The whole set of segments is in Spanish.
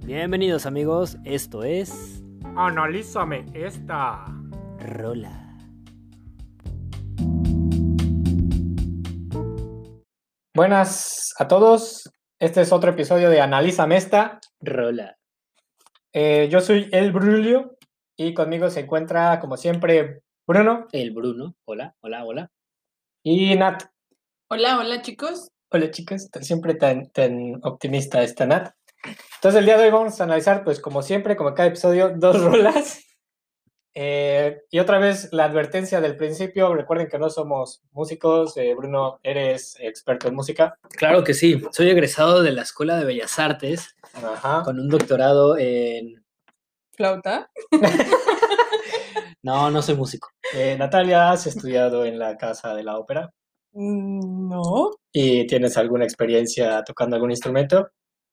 Bienvenidos amigos, esto es Analízame esta. Rola. Buenas a todos. Este es otro episodio de Analízame esta. Rola. Yo soy El Brulio y conmigo se encuentra, como siempre, Bruno El Bruno. Hola. y Nat. Hola chicos. Hola chicas, siempre tan optimista esta Nat. Entonces el día de hoy vamos a analizar, pues como siempre, como cada episodio, 2 rolas. Y otra vez la advertencia del principio, recuerden que no somos músicos. Bruno, eres experto en música. Claro que sí, soy egresado de la Escuela de Bellas Artes Ajá. con un doctorado en... ¿Flauta? No soy músico. Natalia, ¿has estudiado en la Casa de la Ópera? No. ¿Y tienes alguna experiencia tocando algún instrumento?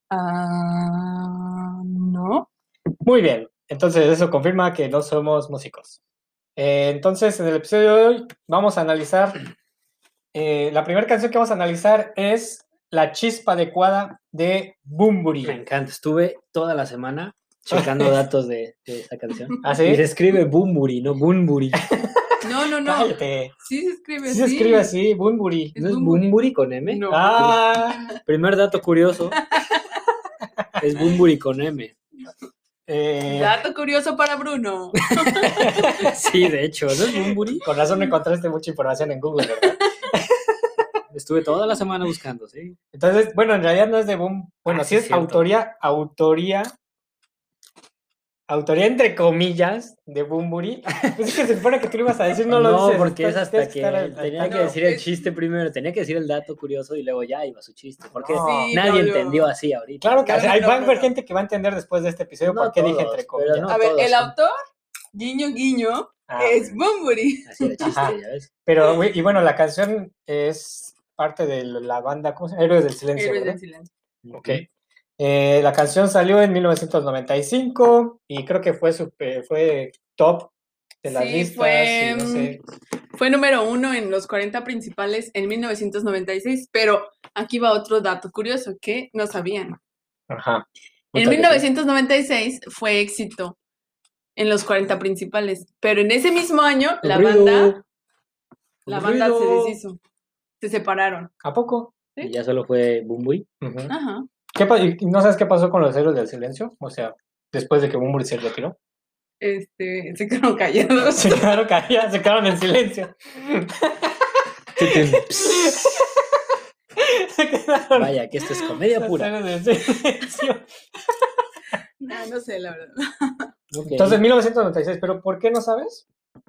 No. Muy bien, entonces eso confirma que no somos músicos. Entonces, en el episodio de hoy vamos a analizar, la primera canción que vamos a analizar es La Chispa Adecuada de Bunbury. Me encanta, estuve toda la semana checando datos de esa canción. ¿Ah, sí? Y se escribe Bunbury, no Bunbury. No. Cállate. Sí se escribe Sí se así. escribe así, Bunbury. ¿No es Bunbury con M? No. Ah, Primer dato curioso. Es Bunbury con M. Dato curioso para Bruno. Sí, de hecho, ¿no es Bunbury? con razón encontraste mucha información en Google, ¿verdad? Estuve toda la semana buscando, sí. Entonces, bueno, en realidad no es de Boom. Bueno, sí sí, es cierto. autoría entre comillas de Bunbury. Pues es que se supone que tú lo ibas a decir, no lo No, dices. porque es Estás- hasta tienes que estar al tenía tanto. que decir el es- chiste primero, tenía que decir el dato curioso y luego ya iba su chiste, porque No. Sí, nadie no. entendió así ahorita. Claro que No, o sea, ahí no, va a haber no. gente que va a entender después de este episodio No por qué dije todos, entre pero comillas. no. A ver, todos el son- autor, guiño, Ah, es Bunbury. Así era chiste, Ajá. ya ves. Pero, güey, y bueno, la canción es parte de la banda, ¿cómo se llama? Héroes del Silencio, Héroes ¿verdad? del silencio. Ok. La canción salió en 1995 y creo que fue top de las Sí, listas. Y no sé. Fue número 1 en los 40 principales en 1996, pero aquí va otro dato curioso que no sabían. Ajá. En Puta que sí. 1996 fue éxito en los 40 principales, pero en ese mismo año la Aburrido. banda se Aburrido. deshizo, se separaron. ¿A poco? Y ya solo fue Bunbury. Ujú. Ajá. ¿Y no sabes qué pasó con los Héroes del Silencio? O sea, después de que Bunbury se retiró. Se quedaron callados. Se quedaron callados, se quedaron en silencio. Se quedaron Vaya, que esto es comedia los pura. Héroes del Silencio. No sé, la verdad. Ok. Entonces, 1996, ¿pero por qué no sabes?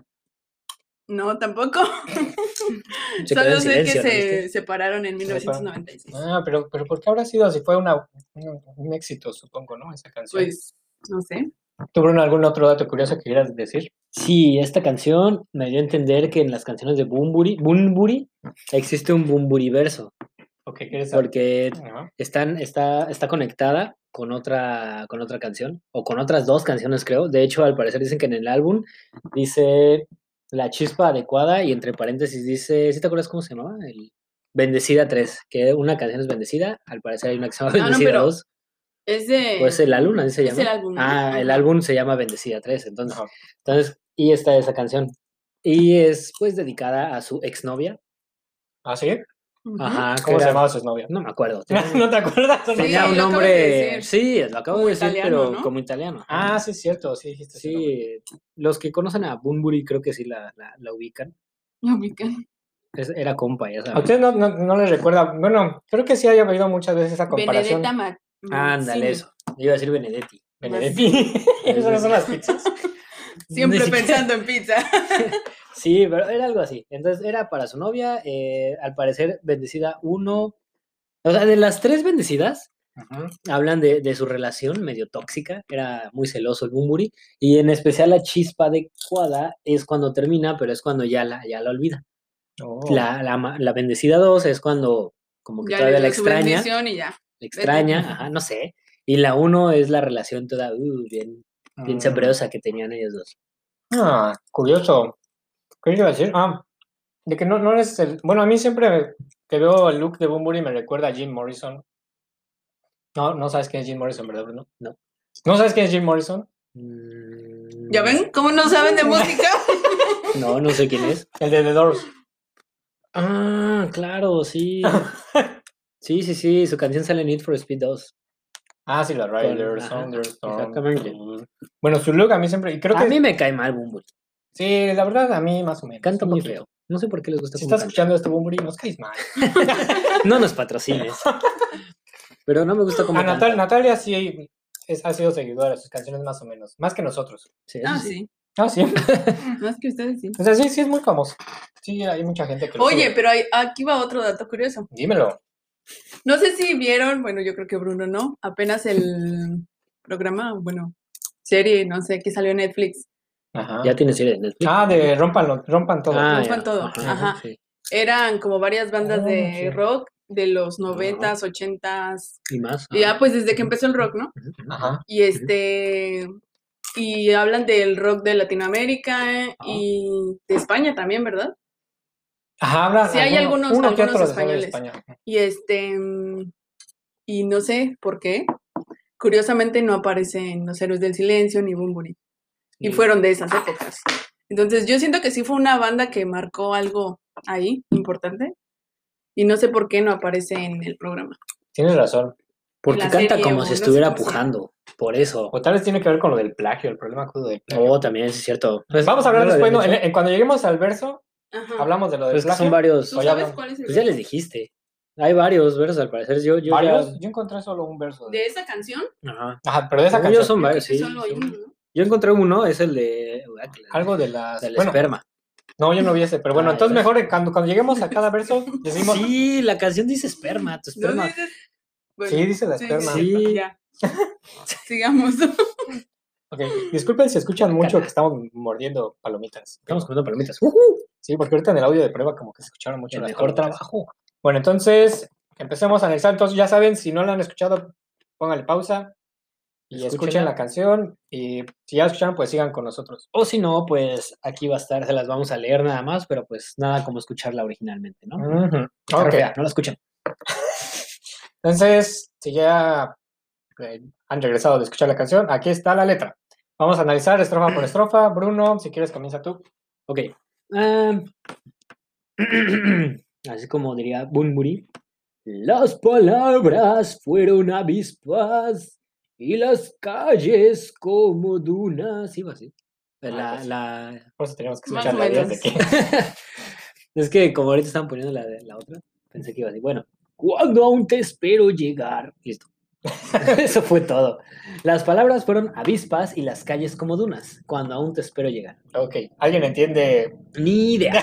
No, tampoco. Se quedó Solo en sé silencio, que ¿no se viste? separaron en 1996. Pero ¿por qué habrá sido? Si fue un éxito, supongo, ¿no? Esa canción. Pues, no sé. ¿Tú, Bruno, algún otro dato curioso que quieras decir? Sí, esta canción me dio a entender que en las canciones de Bunbury existe un Bunbury verso, ¿O qué quieres saber? porque Ajá. está conectada con otra canción, o con otras dos canciones, creo. De hecho, al parecer dicen que en el álbum dice La Chispa Adecuada y entre paréntesis dice, ¿sí te acuerdas cómo se llamaba? El Bendecida 3, que una canción es Bendecida, al parecer hay una que se llama Ah, no, Bendecida pero 2. es de... Pues el álbum, así se Es llama. el álbum, ¿no? El Ajá. álbum se llama Bendecida 3, entonces, Ajá. y está esa canción. Y es pues dedicada a su exnovia. ¿Ah, sí? Ujú. Ajá, ¿Cómo que se era- llamaba su exnovia? No me acuerdo. ¿No te acuerdas? Sí, Tenía un lo acabas de nombre. decir. Sí, lo acabo Como de decir, italiano, pero ¿no? como italiano. Ajá. Ah, sí, es cierto, sí dijiste ese nombre. Sí, los que conocen a Bunbury creo que sí la ubican. Lo ubican. Era compa, ya ¿A sabes. ustedes no les recuerda? Bueno, creo que sí haya oído muchas veces esa comparación. Benedetta Ándale, Mazzini. eso. Yo iba a decir Benedetti. Benedetti. ¿Esas no son las pizzas? Siempre Ni siquiera- pensando en pizza. Sí, pero era algo así. Entonces era para su novia, al parecer bendecida 1. O sea, de las 3 bendecidas, Ajá. hablan de su relación medio tóxica, era muy celoso el Bunbury, y en especial la Chispa Adecuada es cuando termina, pero es cuando ya la olvida. Oh. La Bendecida 2 es cuando como que Ya todavía le la dio su extraña, bendición y ya. ajá, no sé. Y la 1 es la relación toda bien Mm. sabrosa que tenían ellos dos. Curioso. ¿Qué iba a decir? De que no eres el... Bueno, a mí siempre que veo el look de Bunbury me recuerda a Jim Morrison. No sabes quién es Jim Morrison, ¿verdad, Bruno? No. ¿No sabes quién es Jim Morrison? ¿Ya ven? ¿Cómo no saben de música? No, no sé quién es. El de The Doors. Ah, claro, sí. Sí, su canción sale en Need for Speed 2. Ah, sí, la Riders, Ajá, Thunderstorm. exactamente. Bueno, su look a mí siempre... Y creo que... A mí me cae mal Bunbury. Sí, la verdad, a mí más o menos. Canta un muy poquito. feo. No sé por qué les gusta Si cómo estás canta. escuchando esto, Bunbury, nos caes mal. No nos patrocines. Pero no me gusta cómo canta. Natalia sí ha sido seguidora de sus canciones más o menos. Más que nosotros. Sí, eso Ah, sí. sí. Ah, sí. Más que ustedes, sí. O sea, sí es muy famoso. Sí, hay mucha gente que lo Oye, sigue. pero aquí va otro dato curioso. Dímelo. No sé si vieron, bueno, yo creo que Bruno no, apenas el programa, bueno, serie, no sé, que salió en Netflix. Ajá. Ya tiene serie de Netflix. Ah, de rompan todo. Ah, Rompan ya. todo. Ajá. Sí. Eran como varias bandas de ok. rock de los 90s, 80s. Y más. Y ya, pues desde que empezó el rock, ¿no? Ajá. Y y hablan del rock de Latinoamérica y de España también, ¿verdad? Ajá, habla Sí, hay algunos uno que otro de españoles. España. Y y no sé por qué. Curiosamente no aparecen Los Héroes del Silencio ni Bunbury. Y fueron de esas épocas. Entonces yo siento que sí fue una banda que marcó algo ahí importante. Y no sé por qué no aparece en el programa. Tienes razón. Porque la canta serie, como o si no sé estuviera cómo se llama. pujando. Por eso. O tal vez tiene que ver con lo del plagio, el problema agudo del plagio. Oh, también es cierto. Pues, Vamos a hablar ¿no lo después, habían ¿no? dicho? Cuando lleguemos al verso, Ajá. hablamos de lo del Pues que plagio. son varios. ¿Tú O ya sabes hablamos. cuál es el Pues ya les dijiste. Hay varios versos al parecer. Yo ¿Varios? ya. Yo encontré solo un verso. de esa canción? Ajá. Ajá, pero de esa Según yo canción. son Yo creo varios, que sí. solo hay uno, ¿no? Yo encontré uno, es el de. Algo de las... Del Bueno, esperma. no, yo no vi ese, pero bueno, Ah, entonces ¿ya ves? mejor cuando lleguemos a cada verso, decimos... Sí, la canción dice esperma, tu ¿No esperma. dices? Bueno, Sí, dice la esperma. Sí. Ya. Sigamos. Ok, disculpen si escuchan mucho que estamos mordiendo palomitas. Estamos comiendo palomitas. Sí, porque ahorita en el audio de prueba como que se escucharon mucho El las mejor palomitas. trabajo. Bueno, entonces empecemos a analizar. Entonces ya saben, si no la han escuchado, pónganle pausa y escuchen Escúchenla. la canción. Y si ya la escucharon, pues sigan con nosotros. O si no, pues aquí va a estar, se las vamos a leer nada más, pero pues nada como escucharla originalmente, ¿no? Ujú. Está Ok, fea, no la escuchan. entonces, si ya han regresado de escuchar la canción, aquí está la letra. Vamos a analizar estrofa por estrofa. Bruno, si quieres, comienza tú. Ok. Así como diría Bunbury. Las palabras fueron avispas y las calles como dunas. Iba así. Pues, por eso teníamos que Más escuchar o la menos. desde que... Es que como ahorita estaban poniendo la otra, pensé que iba así. Bueno, cuando aún te espero llegar. Listo. Eso fue todo. Las palabras fueron avispas y las calles como dunas. Cuando aún te espero llegar. Ok, ¿alguien entiende? Ni idea.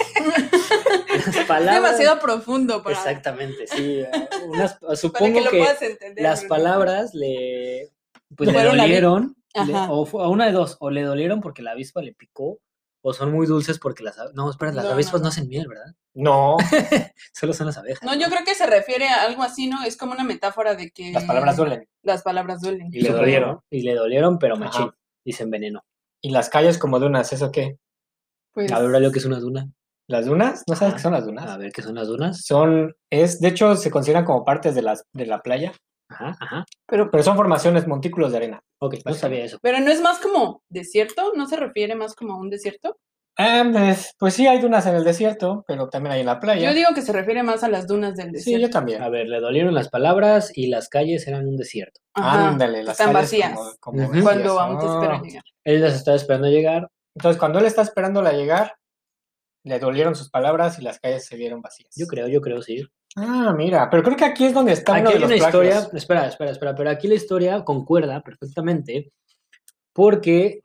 Las Es palabras. demasiado profundo para Exactamente, sí. que Supongo lo que puedas entender. las Bruno. palabras le Fueron dolieron, Ajá. o una de dos, o le dolieron porque la avispa le picó, o son muy dulces porque no, espera, las No, avispas no, no no. hacen miel, ¿verdad? No, Solo son las abejas. No, yo creo que se refiere a algo así, ¿no? Es como una metáfora de que las palabras duelen. las palabras duelen. Y le Supongo, dolieron, ¿no? y le dolieron, pero Ajá. machín, y se envenenó. Y las calles como dunas, ¿eso qué? Pues, A ver, lo que es una duna. ¿Las dunas? ¿No sabes Ajá. qué son las dunas? A ver, ¿qué son las dunas? De hecho, se consideran como partes de la playa, Ajá. pero pero son formaciones, montículos de arena. Ok, no sabía eso. no es más como desierto, ¿no se refiere más como a un desierto? Pues sí, hay dunas en el desierto, pero también hay en la playa. Yo digo que se refiere más a las dunas del Sí, desierto. yo también. A ver, le dolieron las palabras y las calles eran un desierto. Ajá, Ándale, las están calles vacías. como Ujú. vacías. Cuando aún te Ah. esperan llegar. Él las estaba esperando llegar. Entonces, cuando él está esperándola llegar, le dolieron sus palabras y las calles se vieron vacías. Yo creo, sí. Ah, mira, pero creo que aquí es donde está Aquí uno de hay los una plagios. historia, espera, pero aquí la historia concuerda perfectamente porque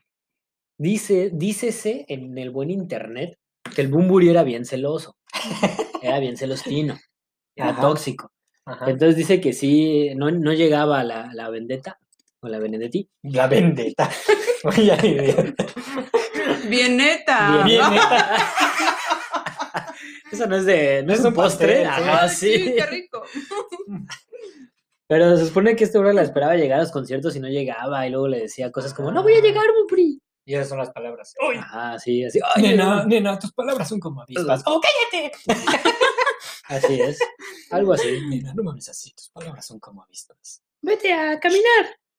dícese en el buen internet que el Bunbury era bien celoso, era bien celostino, era Ajá. tóxico. Ajá. Entonces dice que sí, no llegaba la vendetta o la Benedetti. La vendetta. Oye, Bien neta. Bien neta. Eso no es un postre. pastel, sí. Ajá, Ay, sí. qué rico. Pero se supone que este hombre la esperaba llegar a los conciertos y no llegaba y luego le decía cosas como, no voy a llegar, Bunbury. Y esas son las palabras. Ajá, sí, así. Ay, Nena, tus palabras son como avispas. ¡Oh, cállate! Así es, algo así. Nena, no me hables así, tus palabras son como avispas. Vete a caminar.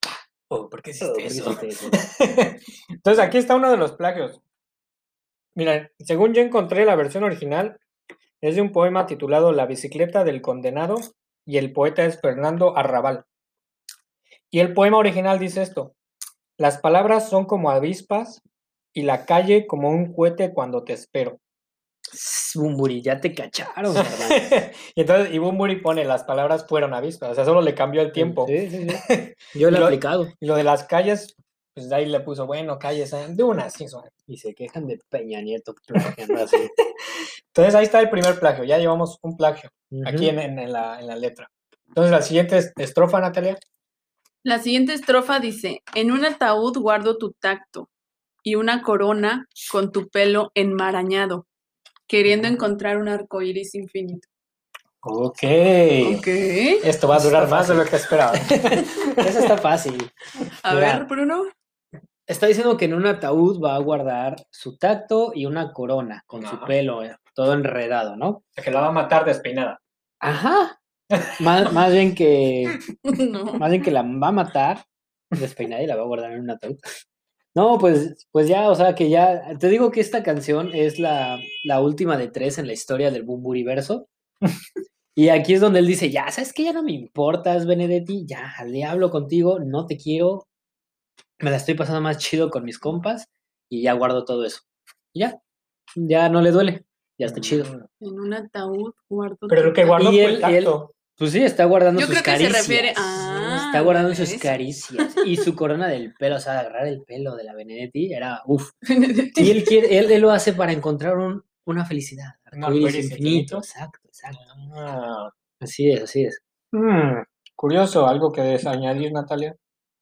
Oh, ¿por qué Oh, hiciste ¿por qué eso? hiciste eso? Entonces, aquí está uno de los plagios. Mira, según yo encontré la versión original, es de un poema titulado La bicicleta del condenado y el poeta es Fernando Arrabal. Y el poema original dice esto: las palabras son como avispas y la calle como un cohete cuando te espero. Bumburi, ya te cacharon, carnal. Y entonces Bumburi pone las palabras fueron avispas, o sea, solo le cambió el tiempo. Sí. Yo Y lo he lo- aplicado. Y lo de las calles, pues de ahí le puso, bueno, calles, de una, sí, suave. Y se quejan de Peña Nieto plagiando así. Entonces ahí está el primer plagio, ya llevamos un plagio aquí Ujú. en la letra. Entonces la siguiente estrofa, Natalia. La siguiente estrofa dice, en un ataúd guardo tu tacto y una corona con tu pelo enmarañado, queriendo encontrar un arco iris infinito. Ok. Ok. Esto va a Eso durar está más de lo que esperaba. Eso está fácil. A Mira. ver, Bruno. Está diciendo que en un ataúd va a guardar su tacto y una corona con su Ajá. pelo todo enredado, ¿no? Que la va a matar despeinada. Ajá. Más bien que No. la va a matar despeinada y la va a guardar en un ataúd. No, pues ya, o sea que ya, te digo que esta canción es la última de 3 en la historia del Bumburiverso. Y aquí es donde él dice, ya, ¿sabes qué? Ya no me importas, Benedetti, ya, al diablo contigo, no te quiero, me la estoy pasando más chido con mis compas y ya guardo todo eso. Y ya no le duele, ya está chido. En un ataúd guardo Pero tu lo que guardó Y fue el tacto. Pues sí, está guardando Yo sus creo que se caricias. refiere Está guardando sus ándale, eso. caricias. Y su corona del pelo, o sea, agarrar el pelo de la Benedetti era uff. Y Benedetti. él lo hace para encontrar una felicidad. Un Arcoíris arcoíris infinito. infinito. Exacto. Ah, Así es. curioso, algo que añadir, Natalia.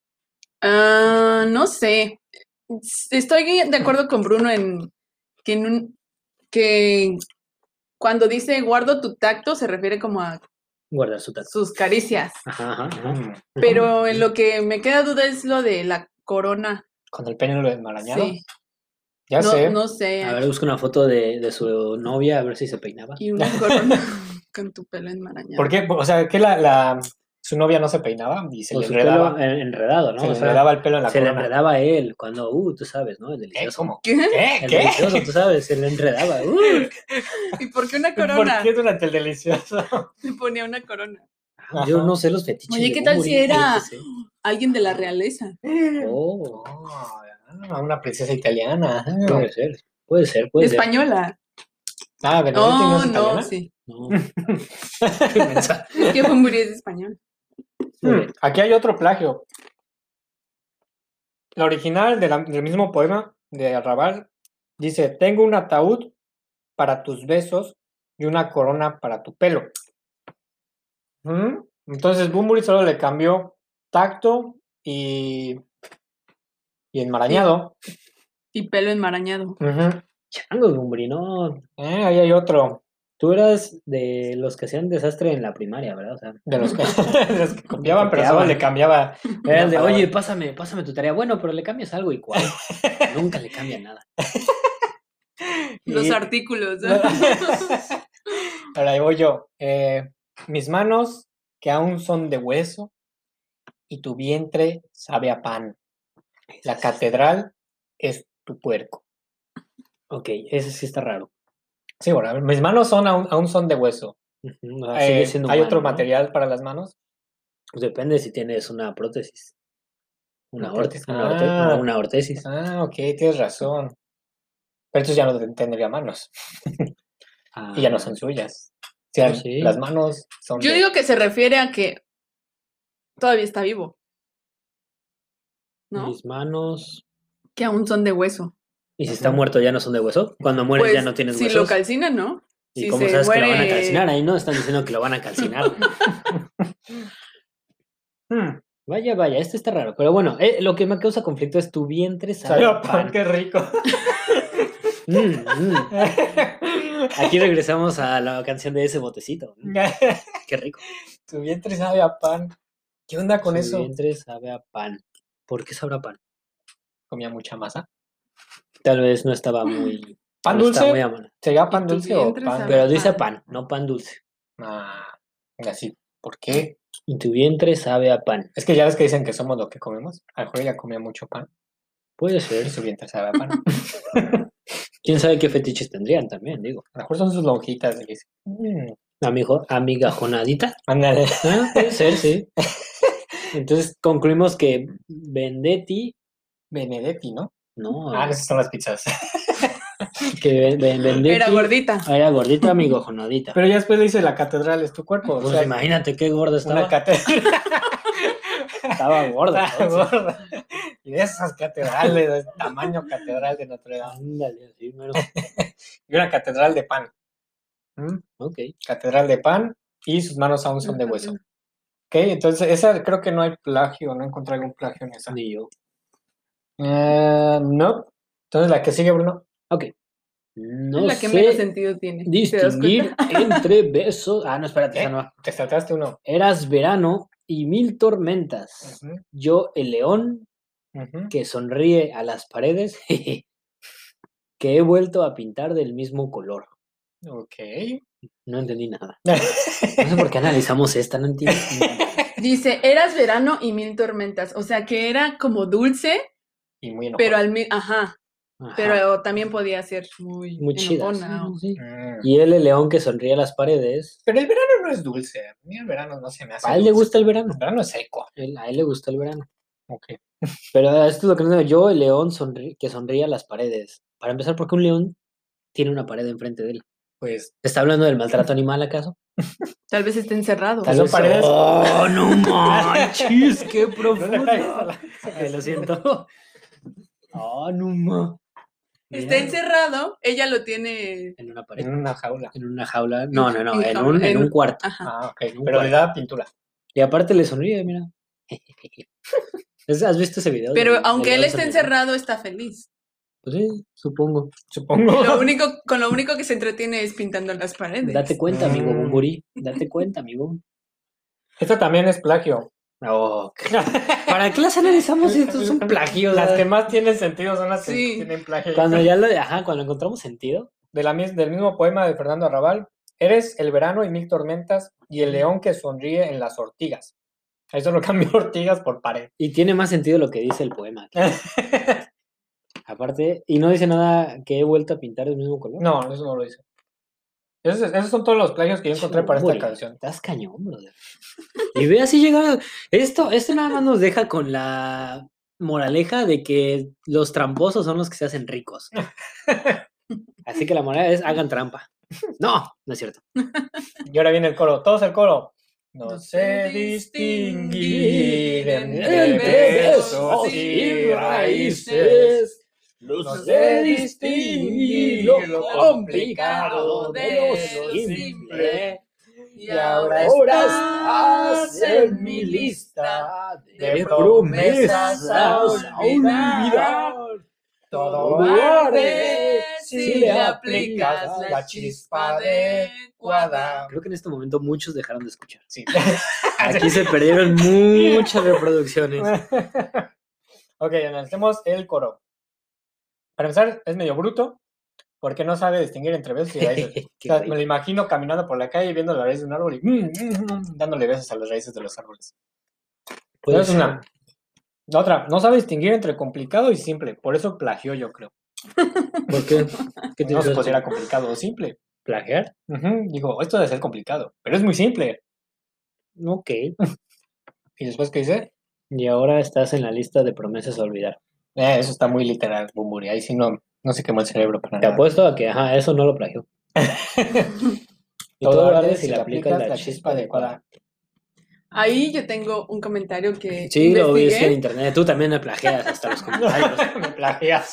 No sé. Estoy de acuerdo con Bruno en que cuando dice guardo tu tacto se refiere como a Guardar su tacto. sus caricias. Ajá. Pero en lo que me queda duda es lo de la corona. Con el pelo enmarañado. Sí. Ya sé. No sé. A ver, busca una foto de su novia, a ver si se peinaba. Y una corona con tu pelo enmarañado. ¿Por qué? O sea, que su novia no se peinaba y se O le su enredaba. pelo enredado, ¿no? Se le O sea, enredaba el pelo en la se le corona. enredaba a él cuando, tú sabes, ¿no? El ¿Qué? delicioso. ¿Cómo? ¿Qué? El delicioso, tú sabes, se le enredaba. ¿Y por qué una ¿Por corona? qué durante el delicioso? Le ponía una corona. Yo no sé los fetiches. Oye, de ¿qué tal si Bumburi, era yo qué sé. alguien de la realeza? Oh, Una princesa italiana. puede ser. Española. Benedetti no es italiana. Sí. No. Qué mensa. Es que Bumburi es español. Aquí hay otro plagio. La original del mismo poema de Arrabal dice: tengo un ataúd para tus besos y una corona para tu pelo. Entonces Bumburi solo le cambió tacto y enmarañado. Y pelo enmarañado. Changos, Bumburi, no. Ahí hay otro. Tú eras de los que hacían desastre en la primaria, ¿verdad? O sea, De los que copiaban, pero solo le cambiaba. era el de, una oye, palabra. pásame tu tarea. Bueno, pero le cambias algo y cuál. Nunca le cambia nada. Los artículos. Ahora ahí voy yo. Mis manos que aún son de hueso y tu vientre sabe a pan. La catedral es tu puerco. Ok, ese sí está raro. Sí, bueno, a ver, mis manos aún son de hueso. O sea, sigue siendo ¿Hay humano, otro ¿no? material para las manos? Pues depende si tienes una prótesis. Una prótesis. ortesis. Ok, tienes razón. Pero entonces ya no tendría manos. Y ya no son suyas. O sea, sí. las manos son Yo digo que se refiere a que todavía está vivo. ¿No? Mis manos. Que aún son de hueso. ¿Y si está muerto ya no son de hueso? Cuando mueres Pues, ya no tienes si huesos. lo calcinan, ¿no? ¿Y si cómo se sabes que lo van a muere- calcinar? Ahí no están diciendo que lo van a calcinar. Vaya, esto está raro. Pero bueno, lo que me causa conflicto es tu vientre sabe a pan. Qué rico. Aquí regresamos a la canción de ese botecito. Qué rico. Tu vientre sabe a pan. ¿Qué onda con eso? Tu vientre sabe a pan. ¿Por qué sabrá pan? Comía mucha masa. Tal vez no estaba muy... ¿Pan no dulce? estaba muy a mano. ¿Sería pan tu dulce o vientre pan? sabe- Pero dice pan. pan, no pan dulce. Así. ¿Por qué? Y tu vientre sabe a pan. Es que ya ves que dicen que somos lo que comemos. A lo mejor ella comía mucho pan Puede y ser. su vientre sabe a pan. ¿Quién sabe qué fetiches tendrían también, digo? A lo mejor son sus lonjitas. Y dice, Amigajonadita. ándale. Puede ser, sí. Entonces concluimos que Vendetti, Benedetti, ¿no? no, Ah, esas son las pizzas. que Vendetti Era gordita. Era gordita, amigajonadita. Pero ya después le dice la catedral es tu cuerpo. O Pues sea, imagínate qué gorda una estaba. catedral. Estaba gorda. Está entonces. gorda. Y de esas catedrales, de tamaño catedral de Notre Dame. Ándale, así, mero. Y una catedral de pan. ¿Mm? Ok. Catedral de pan y sus manos aún son de hueso. Ok, entonces esa creo que no hay plagio, no encontré algún plagio en esa. Ni yo. No. Entonces la que sigue, Bruno. Ok. Es No la que menos sé sentido tiene. ¿Te das distinguir cuenta? entre besos. Ah, no, espérate, ¿Qué? esa no. Te saltaste uno. Eras verano y 1000 tormentas. Ujú, Yo, el león, ujú. que sonríe a las paredes, que he vuelto a pintar del mismo color. Ok. No entendí nada. No sé por qué analizamos esta, no entiendo. Dice, eras verano y 1000 tormentas. O sea que era como dulce, Y muy enojado. pero al mismo. Ajá. Ajá, Pero también podía ser muy, muy chida. enojona. Sí. Mm. Y él, el león, que sonríe a las paredes. Pero el verano no es dulce. A mí el verano no se me hace A él le dulce. gusta el verano. El verano es seco. A él le gusta el verano. Ok. Pero esto es lo que no entiendo. Yo, el león, que sonríe a las paredes. Para empezar, ¿por qué un león tiene una pared enfrente de él? Pues ¿Está hablando del maltrato animal acaso? Tal vez esté encerrado. Tal vez- paredes. ¡Oh, no manches! ¡Qué no le profundo! hagas a la- Ok, lo siento. ¡Oh, no manches! Está encerrado, ella lo tiene. En una pared. en una jaula. En una jaula. No, en jaula, un cuarto. Ajá. Ah, ok. En un Pero le cuarto. da pintura. Y aparte le sonríe, mira. ¿Has visto ese video? Pero del aunque él león esté sonriendo? encerrado, está feliz. Pues sí, supongo. Supongo. Con lo único que se entretiene es pintando las paredes. Date cuenta, amigo Mm. Bumburi. Date cuenta, amigo. Esto también es plagio. Oh, ¿para qué las analizamos si estos son plagios? Las que más tienen sentido son las que Sí. tienen plagio. Cuando cuando encontramos sentido. Del mismo poema de Fernando Arrabal. Eres el verano y 1000 tormentas y el león que sonríe en las ortigas. Ahí solo cambio ortigas por pared. Y tiene más sentido lo que dice el poema. Aparte, y no dice nada que he vuelto a pintar del mismo color. No, eso no lo dice. Esos son todos los plagios que yo encontré para esta Hombre, canción. Estás cañón, brother. Y ve así llegar. Esto nada más nos deja con la moraleja de que los tramposos son los que se hacen ricos. Así que la moraleja es hagan trampa. No, no es cierto. Y ahora viene el coro. Todos el coro. No No sé sé distinguir distinguir entre entre besos besos y y raíces. No No sé distinguir lo complicado de lo simple. Y ahora estás en mi lista de promesas a olvidar. Todo arde si le aplicas la chispa adecuada. Creo que en este momento muchos dejaron de escuchar. Sí. Aquí se perdieron muchas reproducciones. Ok, analicemos el coro. Para empezar, es medio bruto porque no sabe distinguir entre besos y raíces. O Qué sea, güey. me lo imagino caminando por la calle viendo la raíz de un árbol y dándole besos a las raíces de los árboles. Puede Esa es ser. una. La otra, no sabe distinguir entre complicado y simple. Por eso plagió, yo creo. ¿Por qué? ¿Qué te No se hizo considera esto? complicado o simple. ¿Plagiar? Digo, esto debe ser complicado, pero es muy simple. Ok. ¿Y después qué dice? Y ahora estás en la lista de promesas a olvidar. Eso está muy literal, Bumburi. Ahí sí no se quemó el cerebro para Te nada. apuesto a que, eso no lo plagió. Y todo arde si le aplicas la chispa adecuada. Ahí yo tengo un comentario que Sí, lo viste en investigué. internet. Tú también me plagias hasta los comentarios. Me plagias.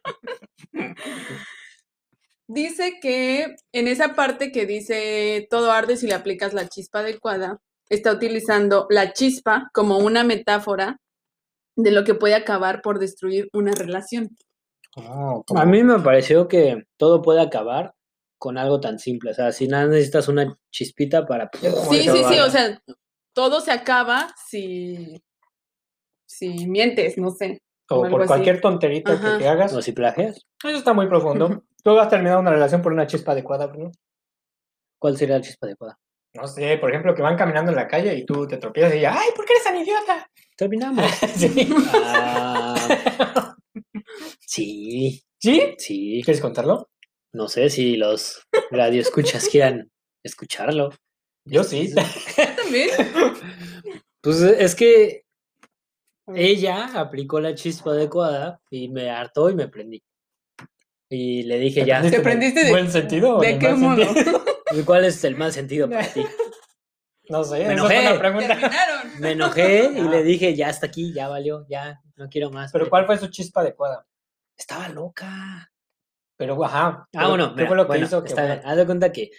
Dice que en esa parte que dice todo arde si le aplicas la chispa adecuada, está utilizando la chispa como una metáfora de lo que puede acabar por destruir una relación. A mí me pareció que todo puede acabar con algo tan simple. O sea, si nada necesitas una chispita para... Sí, o sea, todo se acaba si mientes, no sé. O algo por así. cualquier tonterita Ajá. que hagas. O si plagias. Eso está muy profundo. ¿Tú has terminado una relación por una chispa adecuada, Bruno? ¿Cuál sería la chispa adecuada? No sé, por ejemplo, que van caminando en la calle y tú te tropiezas y ¡ay, ¿por qué eres tan idiota? Terminamos. Sí. Ah, sí, ¿Sí? sí. ¿Quieres contarlo? No sé si los radioescuchas quieran escucharlo. Yo sí. También. Pues es que ella aplicó la chispa adecuada y me hartó y me prendí. Y le dije ya, ¿Te prendiste en de- buen sentido o en ¿De el qué mal modo? sentido? ¿cuál es el mal sentido para ti? No sé, Me esa fue enojé. la pregunta. Terminaron. Me enojé y Ah. le dije ya hasta aquí, ya valió, ya no quiero más. Pero ¿cuál fue su chispa adecuada? Estaba loca. Pero, ajá. Ah, bueno, ¿qué mira, fue lo que bueno, hizo que está bien. fuera? Haz de cuenta que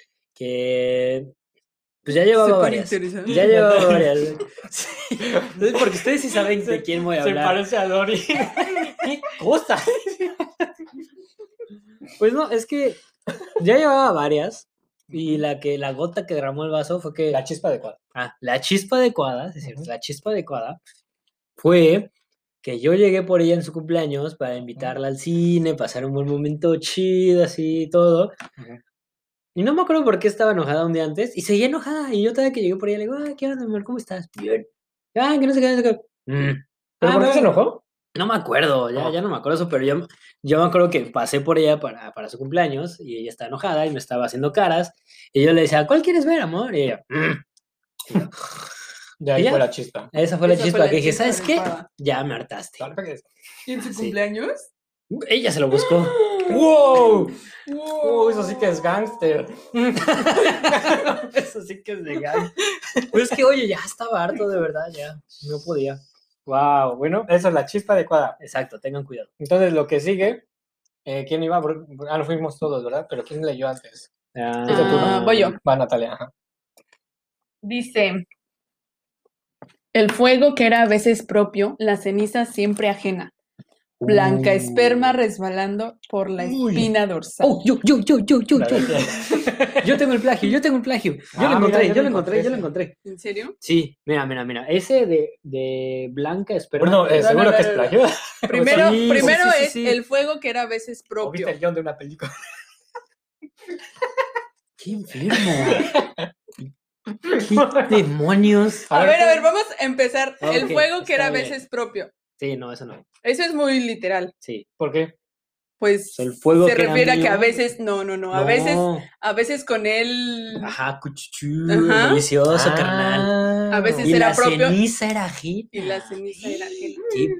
pues ya Se llevaba pone varias. interesante. Ya llevaba varias. Sí. Entonces, porque ustedes sí saben de quién voy a Se hablar. parece a Dory. ¿Qué cosa? Pues no, es que ya llevaba varias y la gota que derramó el vaso fue que La chispa adecuada. la chispa adecuada, es cierto, Ujú. la chispa adecuada fue que yo llegué por ella en su cumpleaños para invitarla al cine, pasar un buen momento chido, así y todo. Ujú. Y no me acuerdo por qué estaba enojada un día antes y seguía enojada. Y yo todavía que llegué por ella le digo, ¿qué onda, mi amor? ¿Cómo estás? Bien. Que no sé qué, no sé qué. ¿Pero por qué se enojó? No me acuerdo, ya no me acuerdo eso, pero yo me acuerdo que pasé por ella para su cumpleaños y ella estaba enojada y me estaba haciendo caras. Y yo le decía, ¿cuál quieres ver, amor? Y ella, Y yo, De ahí ¿Y ya? fue la chispa. Esa fue la Esa chispa fue la que dije, chispa ¿sabes qué? adecuada. Ya me hartaste. ¿Y en su Sí. cumpleaños? Ella se lo buscó. ¡Wow! ¡Wow! Eso sí que es gángster. Eso sí que es de gang. Pues es que, oye, ya estaba harto, de verdad, ya. No podía. Wow, bueno, esa es la chispa adecuada. Exacto, tengan cuidado. Entonces, lo que sigue, ¿quién iba? No fuimos todos, ¿verdad? Pero ¿quién leyó antes? Voy yo. Va Natalia, ajá. Dice, el fuego que era a veces propio, la ceniza siempre ajena. Blanca esperma resbalando por la Uy. espina dorsal. Oh, yo. Yo tengo el plagio. Yo lo encontré, yo lo encontré. ¿En serio? Sí, mira. Ese de Blanca Esperma. Bueno, seguro que es plagio. Primero, Sí, primero sí, es sí. el fuego que era a veces ¿O propio. viste el guión de una película? ¡Qué enfermo! ¿Qué demonios? A ver, vamos a empezar. El Ok, fuego que era a está bien. veces propio. Sí, no, eso no. Eso es muy literal. Sí. ¿Por qué? Pues El fuego se que era refiere a que mío. a veces, no, a veces con él, Ajá, cuchuchú, Ajá. delicioso, carnal. a veces Y era la propio ceniza era ajena. y la ceniza era ajena. ¡Qué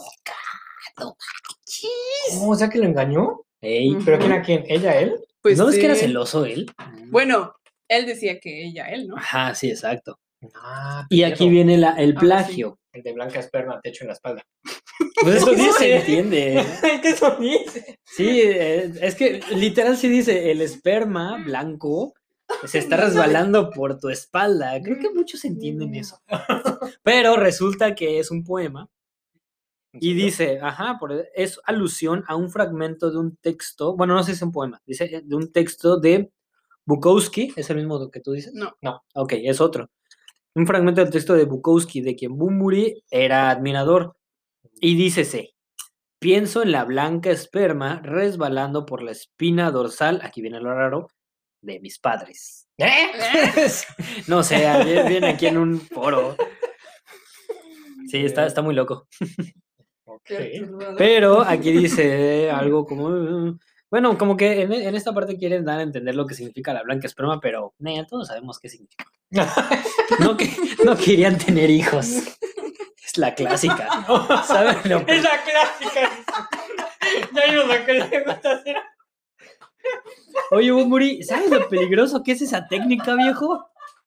O sea que lo engañó. Ey, Ujú. ¿Pero quién a quién? ¿Ella, él? Pues ¿no ves que era sí. celoso él? Bueno, él decía que ella, él, ¿no? Ajá, sí, exacto. Ah, Y aquí viene el plagio. El de Blanca Esperma, techo en la espalda. Pues eso ¿Qué se dice? entiende. ¿Qué eso dice? Sí, es que literal sí dice el esperma blanco se está resbalando por tu espalda. Creo que muchos entienden eso. Pero resulta que es un poema y dice, es alusión a un fragmento de un texto, bueno, no sé si es un poema, dice de un texto de Bukowski, ¿es el mismo que tú dices? No. Ok, es otro. Un fragmento del texto de Bukowski, de quien Bunbury era admirador. Y dícese, pienso en la blanca esperma resbalando por la espina dorsal, aquí viene lo raro, de mis padres. No sé, viene aquí en un foro. Sí, está muy loco. Okay. Pero aquí dice algo como... Bueno, como que en esta parte quieren dar a entender lo que significa la blanca esperma, pero todos sabemos qué significa. No querían tener hijos. Es la clásica. ¿Saben? Es la clásica. Ya vimos lo que le gusta hacer. Oye, Bunbury, ¿sabes lo peligroso que es esa técnica, viejo?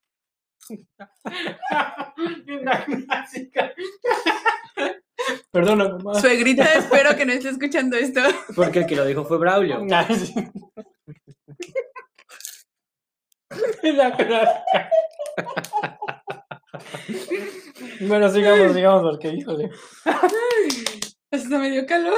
Es la clásica. Perdona, mamá. Suegrita, espero que no esté escuchando esto. Porque el que lo dijo fue Braulio. Ah, sí. Es la clásica. Bueno, sigamos, porque híjole. Hasta me dio calor.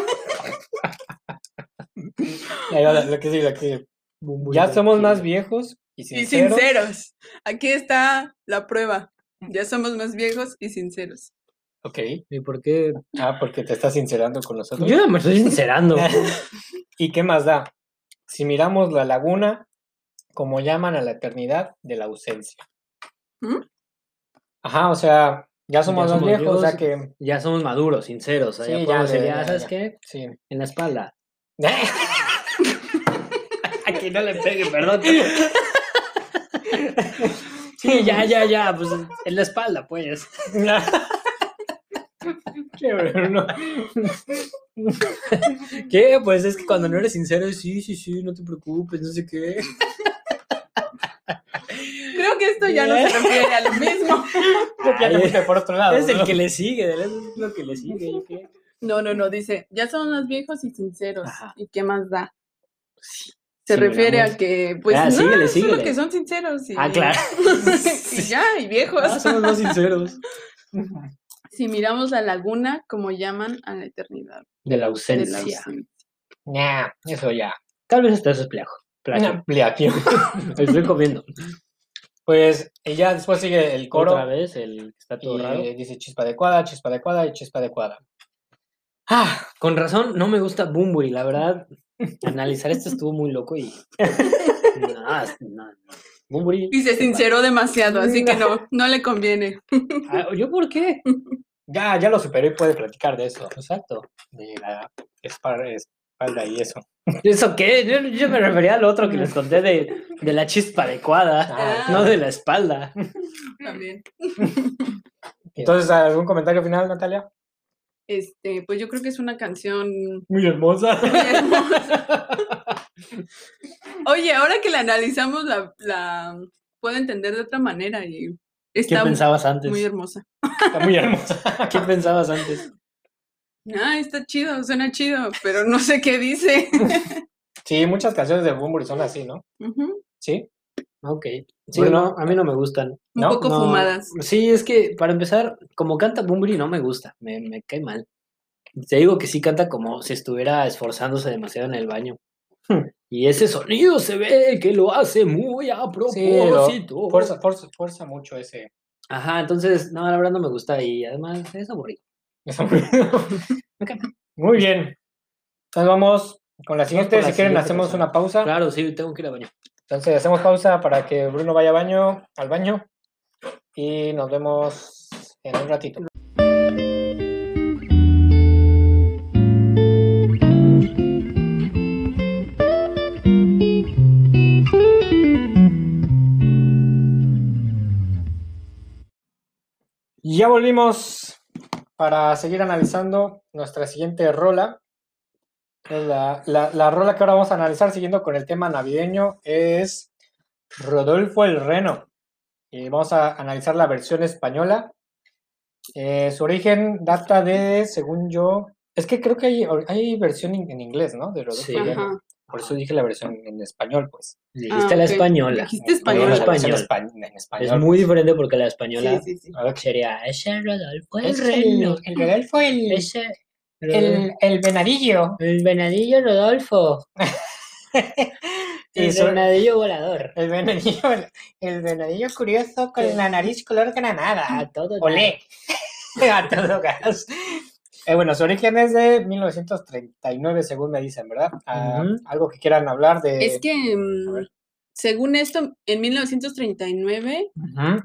Ahí va lo que sigue. Ya somos más viejos y Y sinceros. sinceros. Aquí está la prueba. Ya somos más viejos y sinceros. Ok. ¿Y por qué? Porque te estás sincerando con nosotros. Yo no me estoy sincerando. ¿Y qué más da? Si miramos la laguna, como llaman a la eternidad de la ausencia. ¿Mm? Ajá, o sea, ya somos más viejos, o sea que... Ya somos maduros, sinceros. O sea, Sí, ya ya, podemos decir, ya, ¿sabes ya. qué? Sí. En la espalda. Aquí no le pegue, perdón. Sí, ya, pues en la espalda, pues. Qué bueno. ¿Qué? Pues es que cuando no eres sincero, sí, no te preocupes, no sé qué. Creo que esto ya no se refiere a lo mismo. Ya te fuiste por otro lado. Es el ¿no? que le sigue, es lo que le sigue. ¿yo qué? No, dice, ya son más viejos y sinceros. Ajá. ¿Y qué más da? Sí, Se sí, refiere miramos. a que, pues, Ah, no, síguele. solo que son sinceros. Y, Ah, claro. y ya, y viejos. Ah, somos más sinceros. Si miramos la laguna, como llaman a la eternidad. De la De la ausencia. ausencia. Nah, eso ya. Tal vez esto es plagio. Plagio. Estoy comiendo. Pues, y ya después sigue el coro. Otra vez, el que está todo Y raro. dice chispa adecuada y chispa adecuada. Ah, con razón, no me gusta Bunbury, la verdad. Analizar esto estuvo muy loco y. No. Bunbury. Y se sinceró demasiado, así que no le conviene. Ah, ¿yo por qué? Ya lo superé y puede platicar de eso. Exacto. De la espalda y eso. ¿Eso qué? Yo me refería al otro que les conté de la chispa adecuada, Ah. no de la espalda. También. Entonces, ¿algún comentario final, Natalia? Pues yo creo que es una canción Muy hermosa. muy hermosa. Oye, ahora que la analizamos, la puedo entender de otra manera y ¿Qué está pensabas antes? muy hermosa. Está muy hermosa. ¿Qué pensabas antes? Ah, está chido, suena chido, pero no sé qué dice. Sí, muchas canciones de Bunbury son así, ¿no? Ujú. Sí. Ok. Sí, Bueno, no, a mí no me gustan. Un ¿No? poco No, fumadas. Sí, es que para empezar, como canta Bunbury no me gusta, me cae mal. Te digo que sí canta como si estuviera esforzándose demasiado en el baño. Y ese sonido se ve que lo hace muy a Sí, propósito. fuerza mucho ese. Ajá, entonces, no, la verdad no me gusta y además es aburrido. Me cae mal. Muy bien. Entonces vamos con la siguiente. por la Si quieren, siguiente hacemos persona. una pausa. Claro, sí, tengo que ir al baño. Entonces, hacemos pausa para que Bruno vaya al baño. Y nos vemos en un ratito. Y ya volvimos para seguir analizando nuestra siguiente rola. La rola que ahora vamos a analizar, siguiendo con el tema navideño, es Rodolfo el Reno. Y vamos a analizar la versión española. Su origen data de, según yo, es que creo que hay versión en inglés, ¿no? De Rodolfo Sí. el Reno. Ajá. Por eso dije la versión en español, pues. Dijiste la ok. española. Dijiste Pero español. la versión Español. en español. Es muy diferente porque la española Sí. A ver, sería ese Rodolfo el es Reno. el Rodolfo, Ese el venadillo. el venadillo Rodolfo. El Y su- venadillo volador. el venadillo curioso con Sí. la nariz color granada. A todo Olé. A todo gas. Bueno, su origen es de 1939, según me dicen, ¿verdad? Ujú. Algo que quieran hablar de... Es que, A ver. según esto, en 1939, Ujú.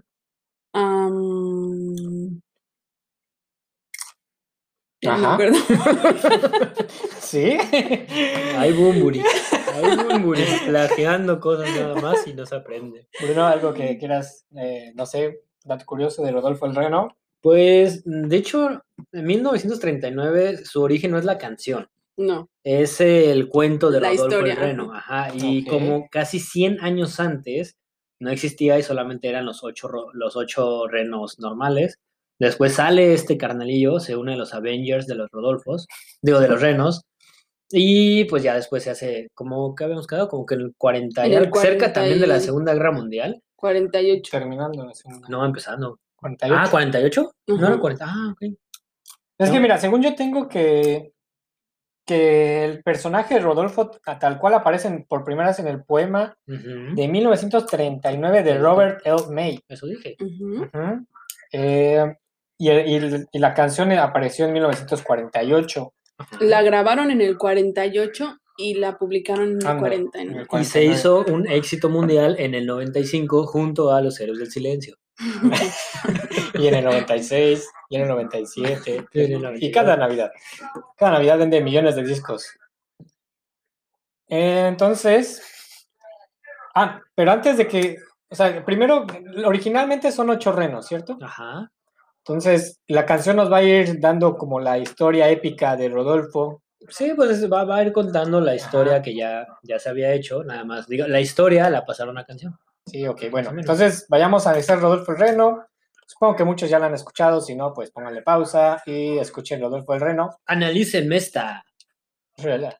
ya no me Ajá. acuerdo. ¿Sí? Hay Bunbury. Hay Bunbury plagiando cosas nada más y no se aprende. Bruno, algo que quieras, no sé, dato curioso de Rodolfo el Reno. Pues, de hecho, en 1939 su origen no es la canción, No, es el cuento de La Rodolfo historia, el Reno. Ajá. Y Ok. como casi 100 años antes no existía y solamente eran los ocho renos normales. Después sale este carnalillo, se une a los Avengers de los Rodolfos, digo, de los renos. Y pues ya después se hace, como que habíamos quedado, como que en el 40 y En el algo, cerca 40 también de la y- Segunda Guerra Mundial. 48. Terminando la segunda. No, empezando. 48. Ah, ¿48? No Ajá. era 40. Ah, ok. Es que No. mira, según yo tengo que el personaje de Rodolfo, tal cual aparece por primera vez en el poema Ujú. de 1939 de Robert L. May. Eso dije. Ujú. Ujú. Y la canción apareció en 1948. La grabaron en el 48 y la publicaron en el Anda, 49. Y se hizo un éxito mundial en el 95 junto a Los Héroes del Silencio. Y en el 96, y en el 97, Y en el y 98. cada Navidad. Cada Navidad vende millones de discos. Entonces, pero antes de que, o sea, primero, originalmente son 8 renos, ¿cierto? Ajá. Entonces, la canción nos va a ir dando como la historia épica de Rodolfo. Sí, pues va a ir contando la historia Ajá. que ya se había hecho, nada más. Digo, la historia la pasaron a canción. Sí, ok, bueno. Más o menos. Entonces, vayamos a analizar Rodolfo el Reno. Supongo que muchos ya la han escuchado, si no, pues pónganle pausa y escuchen Rodolfo el Reno. Analicen esta. Entonces,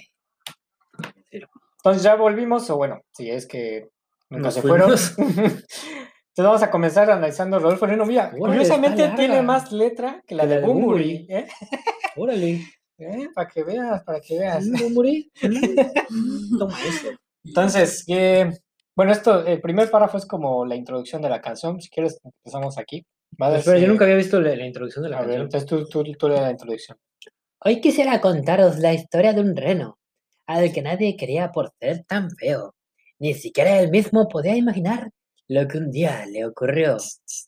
ya volvimos, o bueno, si es que nunca Nos se fuimos. fueron. Entonces vamos a comenzar analizando Rodolfo el Reno. Mira, Órale, curiosamente está larga. tiene más letra que la Que de la de Bunbury. Bunbury. Órale. Para que veas, para que veas. Bunbury. Toma eso. Entonces, bueno, el primer párrafo es como la introducción de la canción. Si quieres, empezamos aquí. Espera, yo nunca había visto la introducción de la A ver, canción. entonces tú lees la introducción. Hoy quisiera contaros la historia de un reno, al que nadie quería por ser tan feo. Ni siquiera él mismo podía imaginar lo que un día le ocurrió.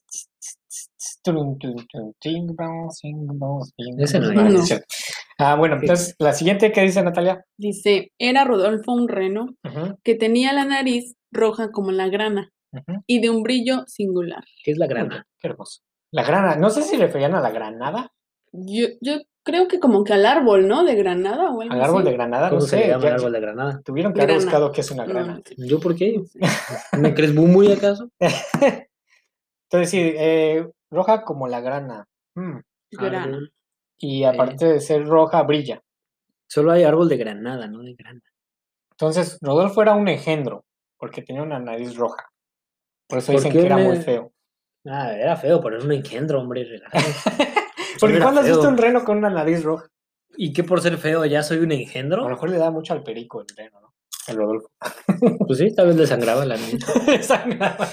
Ese no es. Bueno, entonces, la siguiente, ¿qué dice Natalia? Dice, era Rodolfo un reno Ujú, que tenía la nariz roja como la grana ujú. y de un brillo singular. ¿Qué es la Muy bien, grana? qué hermoso. La grana, no sé si referían a la granada, Yo creo que como que al árbol, ¿no? De Granada o algo al árbol así. de granada, ¿Cómo no se le sé. llama el árbol de Granada? Tuvieron que haber Grana. buscado qué es una No, grana. no sé. ¿Yo por qué? No sé. ¿Me crees muy acaso? Entonces, sí, roja como la grana. Grana. Árbol. Y aparte de ser roja, brilla. Solo hay árbol de Granada, no de grana. Entonces, Rodolfo era un engendro, porque tenía una nariz roja. Por eso ¿Por dicen qué que era me- muy feo. Era feo, pero es un engendro, hombre, relájate. Porque era ¿cuándo has visto feo. un reno con una nariz roja? ¿Y qué por ser feo ya soy un A lo engendro? mejor le da mucho al perico el reno, ¿no? El Rodolfo. Pues sí, tal vez le sangraba la niña. Sangraba.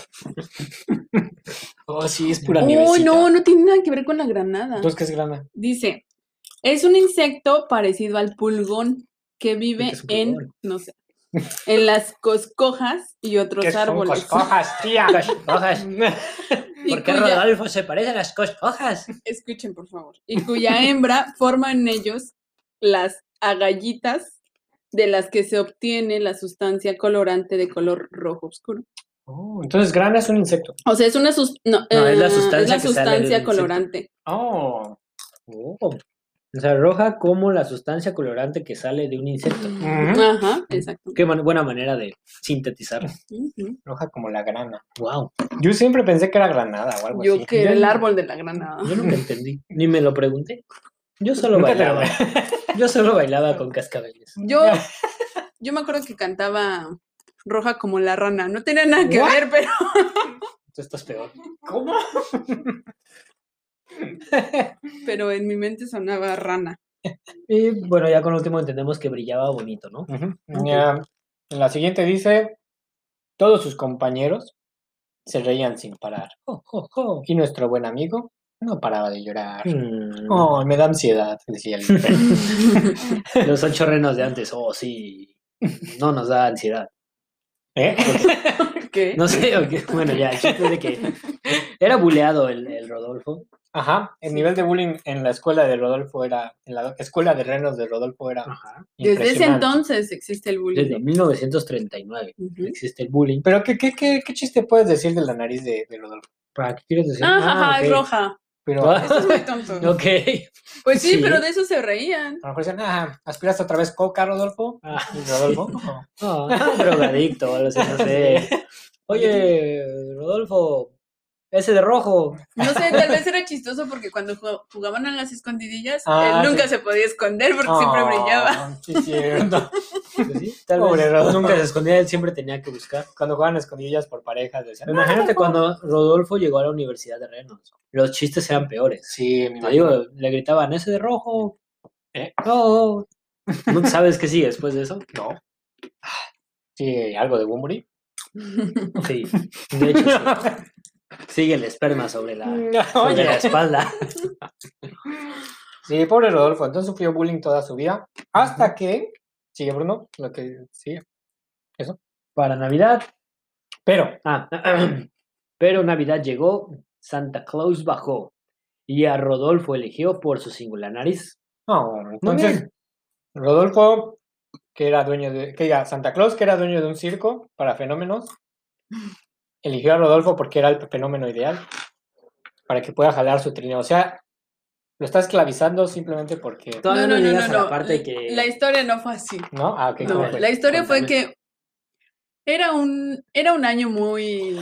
Oh, sí, es pura Oh, nievecita. no tiene nada que ver con la granada. Entonces, ¿qué es grana? Dice, es un insecto parecido al pulgón que ¿Qué vive es un en, pulgón? no sé, en las coscojas y otros ¿Qué son árboles. coscojas, tía? Coscojas. Y ¿Por qué cuya- Rodolfo se parece a las coscojas? Escuchen, por favor. Y cuya hembra forma en ellos las agallitas de las que se obtiene la sustancia colorante de color rojo oscuro. Oh, entonces, grana es un insecto. O sea, es una No, es la sustancia que sale del insecto. colorante. Oh. Oh. O sea, roja como la sustancia colorante que sale de un insecto. Ujú. Ajá, exacto. Qué buena manera de sintetizar. Ujú. Roja como la grana. Wow. Yo siempre pensé que era granada o algo Yo así. que era el árbol de la granada. Yo nunca entendí, ni me lo pregunté. Yo solo Nunca te lo- bailaba. Yo solo bailaba con cascabeles. Yo me acuerdo que cantaba roja como la rana. No tenía nada que ¿What? ver, pero Tú estás peor. ¿Cómo? pero en mi mente sonaba rana. Y bueno, ya con último entendemos que brillaba bonito, ¿no? Ujú. Ya, en la siguiente dice, todos sus compañeros se reían sin parar. Oh, oh, oh. Y nuestro buen amigo no paraba de llorar. Mm. Oh, me da ansiedad, decía el perro. Los 8 renos de antes, oh sí, no nos da ansiedad. ¿Eh? ¿Qué? No sé, o qué. Bueno, ya, el chiste es de que era buleado el Rodolfo. Ajá, el nivel de bullying en la escuela de Rodolfo era, en la escuela de renos de Rodolfo era Ajá. Desde ese impresionante. entonces existe el bullying. Desde 1939 Ujú. existe el bullying. Pero, ¿qué chiste puedes decir de la nariz de Rodolfo? ¿Para qué quieres decir? Ajá, ok. es roja. Pero Ah. Eso es muy tonto. Ok. Pues sí, Sí. pero de eso se reían. a lo mejor decían, ¿aspiraste otra vez coca, Rodolfo? Ah, Y Rodolfo, no, drogadicto, o sea, no sé. Oye, Rodolfo, ese de rojo. No sé, tal vez era chistoso porque cuando jugaban a las escondidillas, Ah, él nunca sí. se podía esconder porque siempre brillaba. Sí, cierto. Pues sí, tal Pobre vez Rodolfo. nunca se escondía, él siempre tenía que buscar. Cuando jugaban escondillas por parejas, decían, Imagínate cuando Rodolfo llegó a la Universidad de Renos. Los chistes eran peores. sí, me Te imagino. digo, le gritaban, ese de rojo. ¿Eh? No. ¿No sabes qué sigue después de eso? No. Sí, algo de Bunbury. Sí, de hecho sí. Sigue el esperma sobre Oye. la espalda. Sí, pobre Rodolfo. Entonces sufrió bullying toda su vida. Hasta que Sigue, Bruno, lo que sigue. Para Navidad. Pero, Pero Navidad llegó, Santa Claus bajó y a Rodolfo eligió por su singular nariz. no, Muy entonces, bien. Rodolfo, que era dueño de, que diga, Santa Claus, que era dueño de un circo para fenómenos, eligió a Rodolfo porque era el fenómeno ideal para que pueda jalar su trineo. O sea, lo está esclavizando simplemente porque, Todavía no llegas a la parte que... La historia no fue así. ¿no? Ah, ok, No, ¿cómo fue? la historia fue Cuéntame. que era un año muy...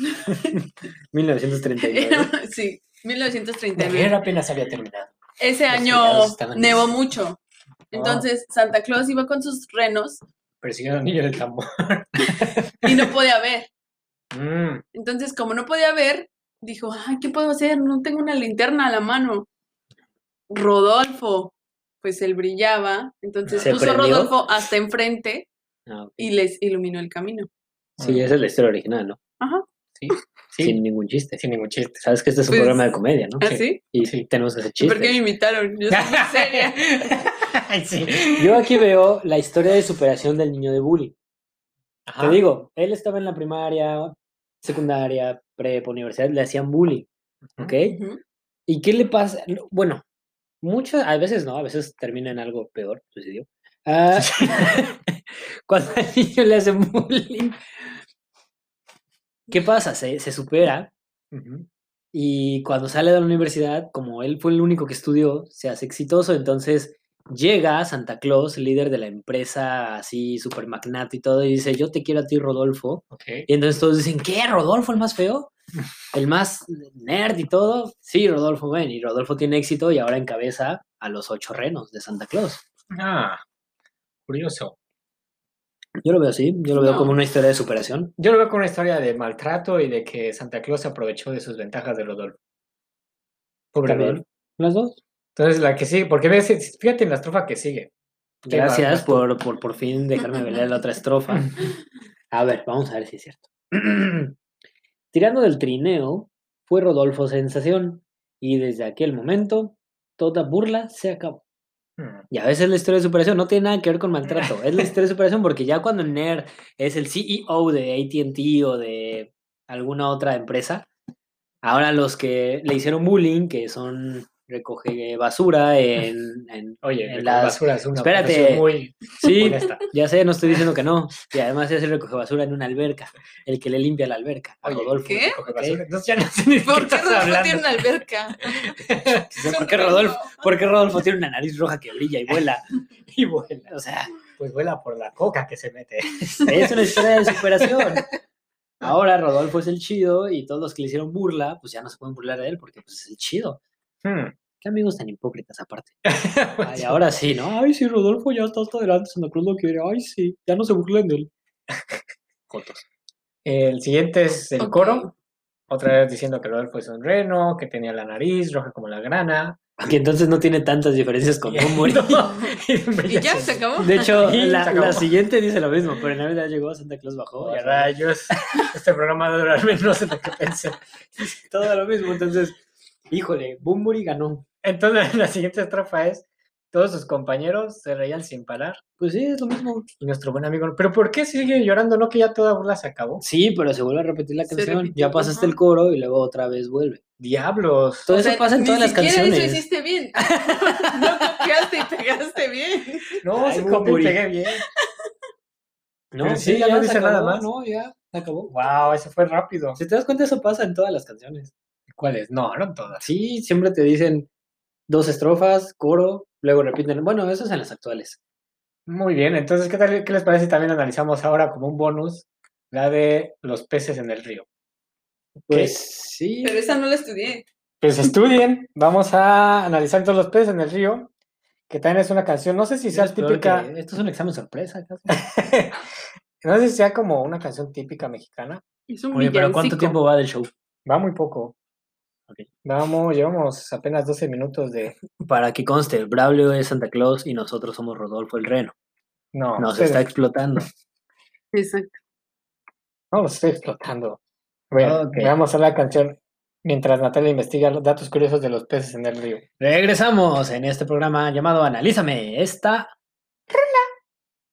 1939. sí, La 1939. guerra apenas había terminado. Ese Los año soldados estaban nevó listos. mucho. Entonces Santa Claus iba con sus renos Persiguiendo al niño del tambor. y no podía ver. Mm, Entonces, como no podía ver, dijo, ay, ¿qué puedo hacer? No tengo una linterna a la mano. Rodolfo, pues él brillaba, entonces ¿Se puso prendió? Rodolfo hasta enfrente Ah, ok. y les iluminó el camino. Sí, esa es la historia original, ¿no? Ajá. sí, Sin sí, ningún chiste. sin ningún chiste. Sabes que este es un Pues, programa de comedia, ¿no? ¿Ah, Sí. sí? Y Sí. tenemos que hacer ¿Y por qué me chistes. invitaron? Yo soy muy seria. Ay, sí. Yo aquí veo la historia de superación del niño de bullying. Ajá. Te digo, él estaba en la primaria, secundaria, prepa, universidad, le hacían bullying, ¿ok? Ujú. ¿Y qué le pasa? Bueno, a veces no, a veces termina en algo peor, suicidio. Ah, cuando al niño le hacen bullying, ¿qué pasa? Se supera Ujú. y cuando sale de la universidad, como él fue el único que estudió, se hace exitoso, entonces llega Santa Claus, líder de la empresa, así super magnate y todo, y dice, yo te quiero a ti, Rodolfo. Ok. Y entonces todos dicen, ¿qué? ¿Rodolfo el más feo? ¿El más nerd y todo? Sí, Rodolfo, ven. Y Rodolfo tiene éxito y ahora encabeza a los 8 renos de Santa Claus. Ah, curioso. Yo lo veo así, yo lo veo No. como una historia de superación. Yo lo veo con una historia de maltrato y de que Santa Claus se aprovechó de sus ventajas de Rodolfo. Pobre También, Rodolfo. las dos. Entonces, la que sigue, porque ves, fíjate en la estrofa que sigue. ¿Qué Gracias vas tú? por fin dejarme leer la otra estrofa. A ver, vamos a ver si es cierto. Tirando del trineo, fue Rodolfo sensación, y desde aquel momento, toda burla se acabó. Y a veces la historia de superación no tiene nada que ver con maltrato, es la historia de superación porque ya cuando el nerd es el CEO de AT&T o de alguna otra empresa, ahora los que le hicieron bullying, que son recoge basura Oye, en recoger las... basura es una Espérate. profesión muy Sí, honesta. ya sé, no estoy diciendo que no. Y además es el recoge basura en una alberca, el que le limpia la alberca, a Oye, Rodolfo. ¿qué? Recoge ¿ok? basura. Entonces ya no sé ni de qué ¿Por qué estás Rodolfo hablando. tiene una alberca? ¿Por qué Rodolfo tiene una nariz roja que brilla y vuela? Y vuela. O sea, Pues vuela por la coca que se mete. es una historia de superación. Ahora Rodolfo es el chido y todos los que le hicieron burla, pues ya no se pueden burlar de él porque pues, es el chido. Qué amigos tan hipócritas aparte. Ay, ahora sí, ¿no? Ay, sí, Rodolfo ya está hasta adelante, Santa Cruz lo quiere. Ay, sí, ya no se burlen de él. Jotos. El siguiente es el Ok. coro. Otra vez diciendo que Rodolfo es un reno, que tenía la nariz roja como la grana. Aunque entonces no tiene tantas diferencias con Bumburi. No, ¿Y ya se acabó? De hecho, Y se acabó. la siguiente dice lo mismo, pero en Navidad llegó, Santa Claus bajó. Oh, y rayos. Este programa va a durar menos de lo que pensé. todo lo mismo. Entonces, híjole, Bumburi ganó. Entonces, la siguiente estrofa es: todos sus compañeros se reían sin parar. Pues sí, es lo mismo. Y nuestro buen amigo, ¿pero por qué sigue llorando? ¿No que ya toda burla se acabó? Sí, pero se vuelve a repetir la Se canción. repitió, Ya pasaste ajá. el coro y luego otra vez vuelve. ¡Diablos! Todo O eso sea, pasa en todas las Ni siquiera canciones. eso hiciste bien. No copiaste y pegaste bien. No, Ay, se copió y Bumburi. pegué bien. No, Pero sí, ya no se dice nada más. No, ya, se acabó. Wow, eso fue rápido. Si te das cuenta, eso pasa en todas las canciones. ¿Cuáles? No, no todas. Sí, siempre te dicen 2 estrofas, coro, luego repiten. Bueno, eso es en las actuales. Muy bien, entonces, ¿qué les parece si también analizamos ahora como un bonus la de los peces en el río? Pues sí. Pero esa no la estudié. Pues estudien, vamos a analizar todos los peces en el río, que también es una canción, no sé si sea Es peor típica, que- Esto es un examen sorpresa, casi. no sé si sea como una canción típica mexicana, Es un Oye, pero ¿cuánto villancico. tiempo va del show? va muy poco. Ok. Llevamos apenas 12 minutos de... Para que conste, Braulio es Santa Claus y nosotros somos Rodolfo el Reno. No, Nos ustedes- está explotando. Exacto. no los estoy explotando. Bueno, Ok. vamos a la canción mientras Natalia investiga los datos curiosos de los peces en el río. Regresamos en este programa llamado Analízame esta.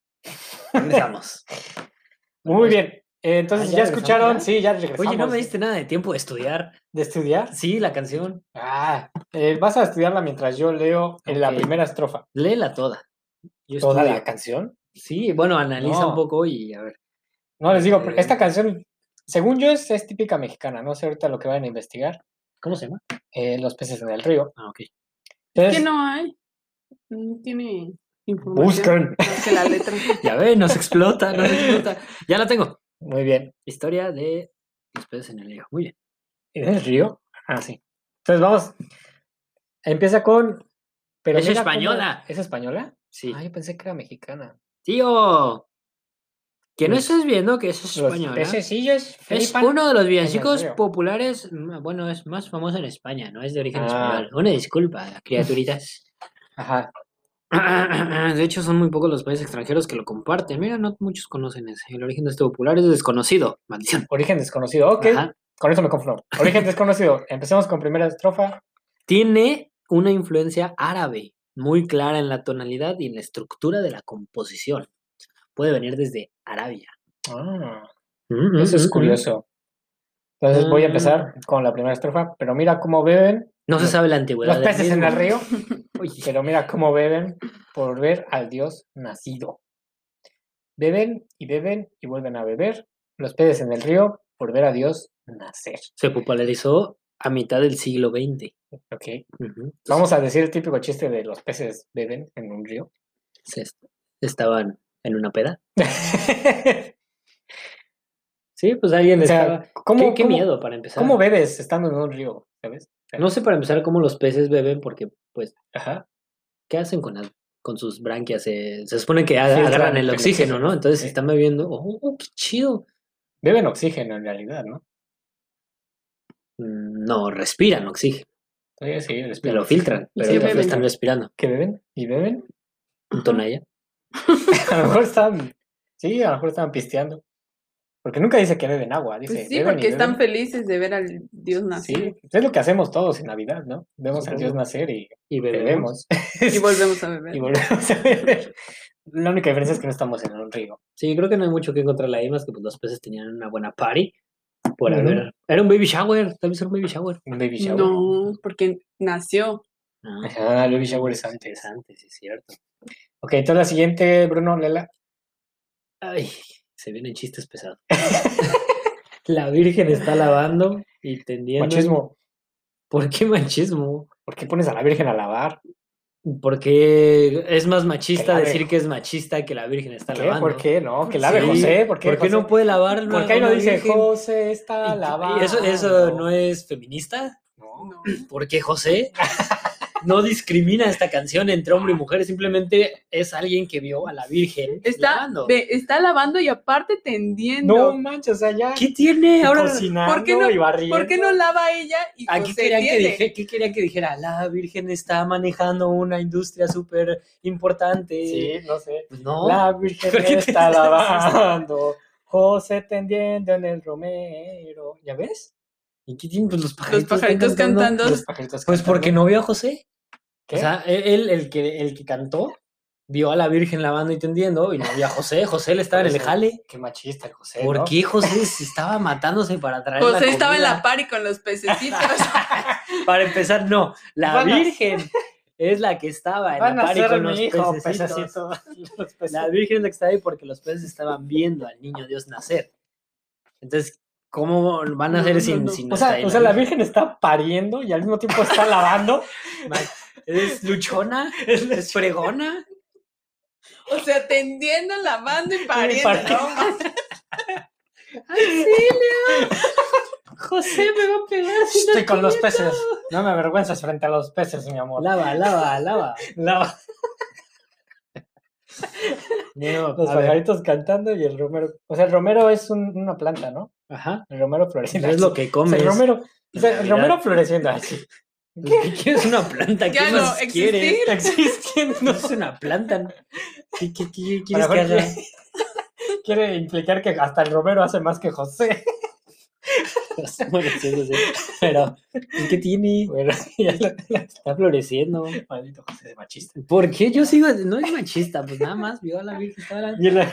Regresamos. Muy bien. Entonces, ¿ya ¿ya regresamos escucharon? ya? Sí, ya regresamos. Oye, no me diste nada de tiempo de estudiar. ¿De estudiar? Sí, la canción. Vas a estudiarla mientras yo leo la Ok. primera estrofa. Léela toda. Yo ¿Toda estudio. la canción? Sí, bueno, analiza No. un poco y a ver. No, les digo, esta canción, según yo, es típica mexicana. No sé ahorita lo que vayan a investigar. ¿Cómo se llama? Los peces en el río. Ah, ok. Es Entonces, que no hay. No tiene información. buscan. Más que la letra. Ya ve, nos explota, nos explota. Ya la tengo. Muy bien. Historia de los peces en el río. Muy bien. ¿En el río? Ah, sí. Entonces, vamos. Empieza con... Pero Es mira cómo- española. ¿Es española? Sí. Ah, yo pensé que era mexicana. Tío, que no Los- estás viendo que es Los española. pececillos Es flipan. uno de los el villancicos río. populares, bueno, es más famoso en España, no es de origen Ah. español. Una disculpa, criaturitas. Ajá. De hecho, son muy pocos los países extranjeros que lo comparten. Mira, no muchos conocen ese. El origen de este popular es desconocido. Maldición. Origen desconocido. Ok. Ajá. Con eso me conformo. Origen desconocido. Empecemos con primera estrofa. Tiene una influencia árabe muy clara en la tonalidad y en la estructura de la composición. Puede venir desde Arabia. Ah, eso es curioso. Entonces voy a empezar con la primera estrofa. Pero mira cómo beben No se los- sabe la antigüedad los del peces en mismo. el río. Oye, Pero mira cómo beben por ver al Dios nacido. Beben y vuelven a beber. Los peces en el río por ver a Dios nacer. se popularizó a mitad del siglo XX. Ok. Ujú. Vamos a decir el típico chiste de los peces beben en un río. Estaban en una peda. Sí, pues alguien O sea, estaba. ¿cómo- ¿Qué cómo- miedo para empezar? ¿Cómo bebes estando en un río? ¿Sabes? O sea, No sé para empezar cómo los peces beben, porque, pues, Ajá. ¿qué hacen con sus branquias? Se supone que Filtran agarran el el oxígeno, oxígeno, ¿no? Entonces, si sí. están bebiendo, ¡oh, qué chido! Beben oxígeno en realidad, ¿no? No, respiran oxígeno. Sí, Y respiran lo oxígeno. filtran, ¿Y pero qué lo beben? están respirando. ¿Qué beben? ¿Y beben? Un tonalla. A lo mejor están... Sí, a lo mejor estaban pisteando. Porque nunca dice que beben agua. Dice, Pues sí, beben porque y están beben. felices de ver al Dios nacer. Sí, es lo que hacemos todos en Navidad, ¿no? Vemos al Dios Supongo. nacer y Y bebemos. Y volvemos a beber. Y volvemos a beber. La única diferencia es que no estamos en un río. Sí, creo que no hay mucho que encontrarle ahí, más que pues, los peces tenían una buena party por Ujú. haber... Era un baby shower, tal vez era un baby shower. Un baby shower. No, porque nació. Ajá, el baby shower es antes. Es antes, sí, es cierto. Ok, entonces la siguiente, Bruno, Lela. Ay, se vienen chistes pesados. La Virgen está lavando y tendiendo. Machismo. ¿Por qué machismo? ¿Por qué pones a la Virgen a lavar? Porque es más machista Que lave. decir que es machista que la Virgen está ¿Qué? lavando. ¿Por qué? No, que lave Sí, José. ¿Por qué, ¿Por qué no José? puede lavar Porque ahí no una dice virgen? José está ¿Y lavando. eso no es feminista? No. No. Porque José no discrimina esta canción entre hombre y mujer, simplemente es alguien que vio a la Virgen lavando. Está lavando y aparte tendiendo. No manches, o sea, ya. ¿Qué tiene? Ahora, cocinando ¿por qué no- y barriendo. ¿Por qué no lava ella y ¿a qué José querían, tiende? qué querían que dijera? La Virgen está manejando una industria súper importante. Sí, no sé. Pues no. La Virgen ¿Por qué te está estás lavando. José tendiendo en el romero. ¿Ya ves? ¿Y qué tienen? Pues los Los pajaritos, pajaritos están cantando. Los pajaritos Pues cantando. porque no vio a José. ¿Qué? O sea, él el que cantó, vio a la Virgen lavando y tendiendo y no vio a José. José le estaba Por en el eso, jale. Qué machista el José, ¿Por ¿no? qué José se estaba matándose para traer la José estaba en comida? la party con los pececitos. Para empezar, no. La Van a- Virgen es la que estaba en Van la a party ser con mi los hijo, pececitos. pececito. Los pececitos. La Virgen es la que estaba ahí porque los peces estaban viendo al niño Dios nacer. Entonces, ¿cómo van a hacer No, sin, no. sin O estar sea, ahí la Virgen está pariendo y al mismo tiempo está lavando. ¿Es luchona? ¿Es fregona? O sea, tendiendo, lavando y pariendo. pariendo. ¿no? José me va a pegar. si no Estoy con los entiendo. peces. No me avergüenzas frente a los peces, mi amor. Lava. Lava. No, Los a ver. pajaritos cantando y el romero. O sea, el romero es una planta, ¿no? Ajá. El romero floreciendo. Es lo que O sea, comes. el romero. O sea, el Navidad. romero floreciendo así. ¿Qué quieres una planta? ¿Qué Ya no más quieres? existir. Existiendo. No es una planta. ¿Qué A quieres lo que mejor haga? quiere implicar que hasta el romero hace más que José. Bueno, sí, eso sí. Pero, ¿y ¿qué tiene? Bueno, ya Está floreciendo. maldito José de machista. ¿Por qué yo sigo? No es machista, pues nada más vio a la Virgen. Estaba la- Y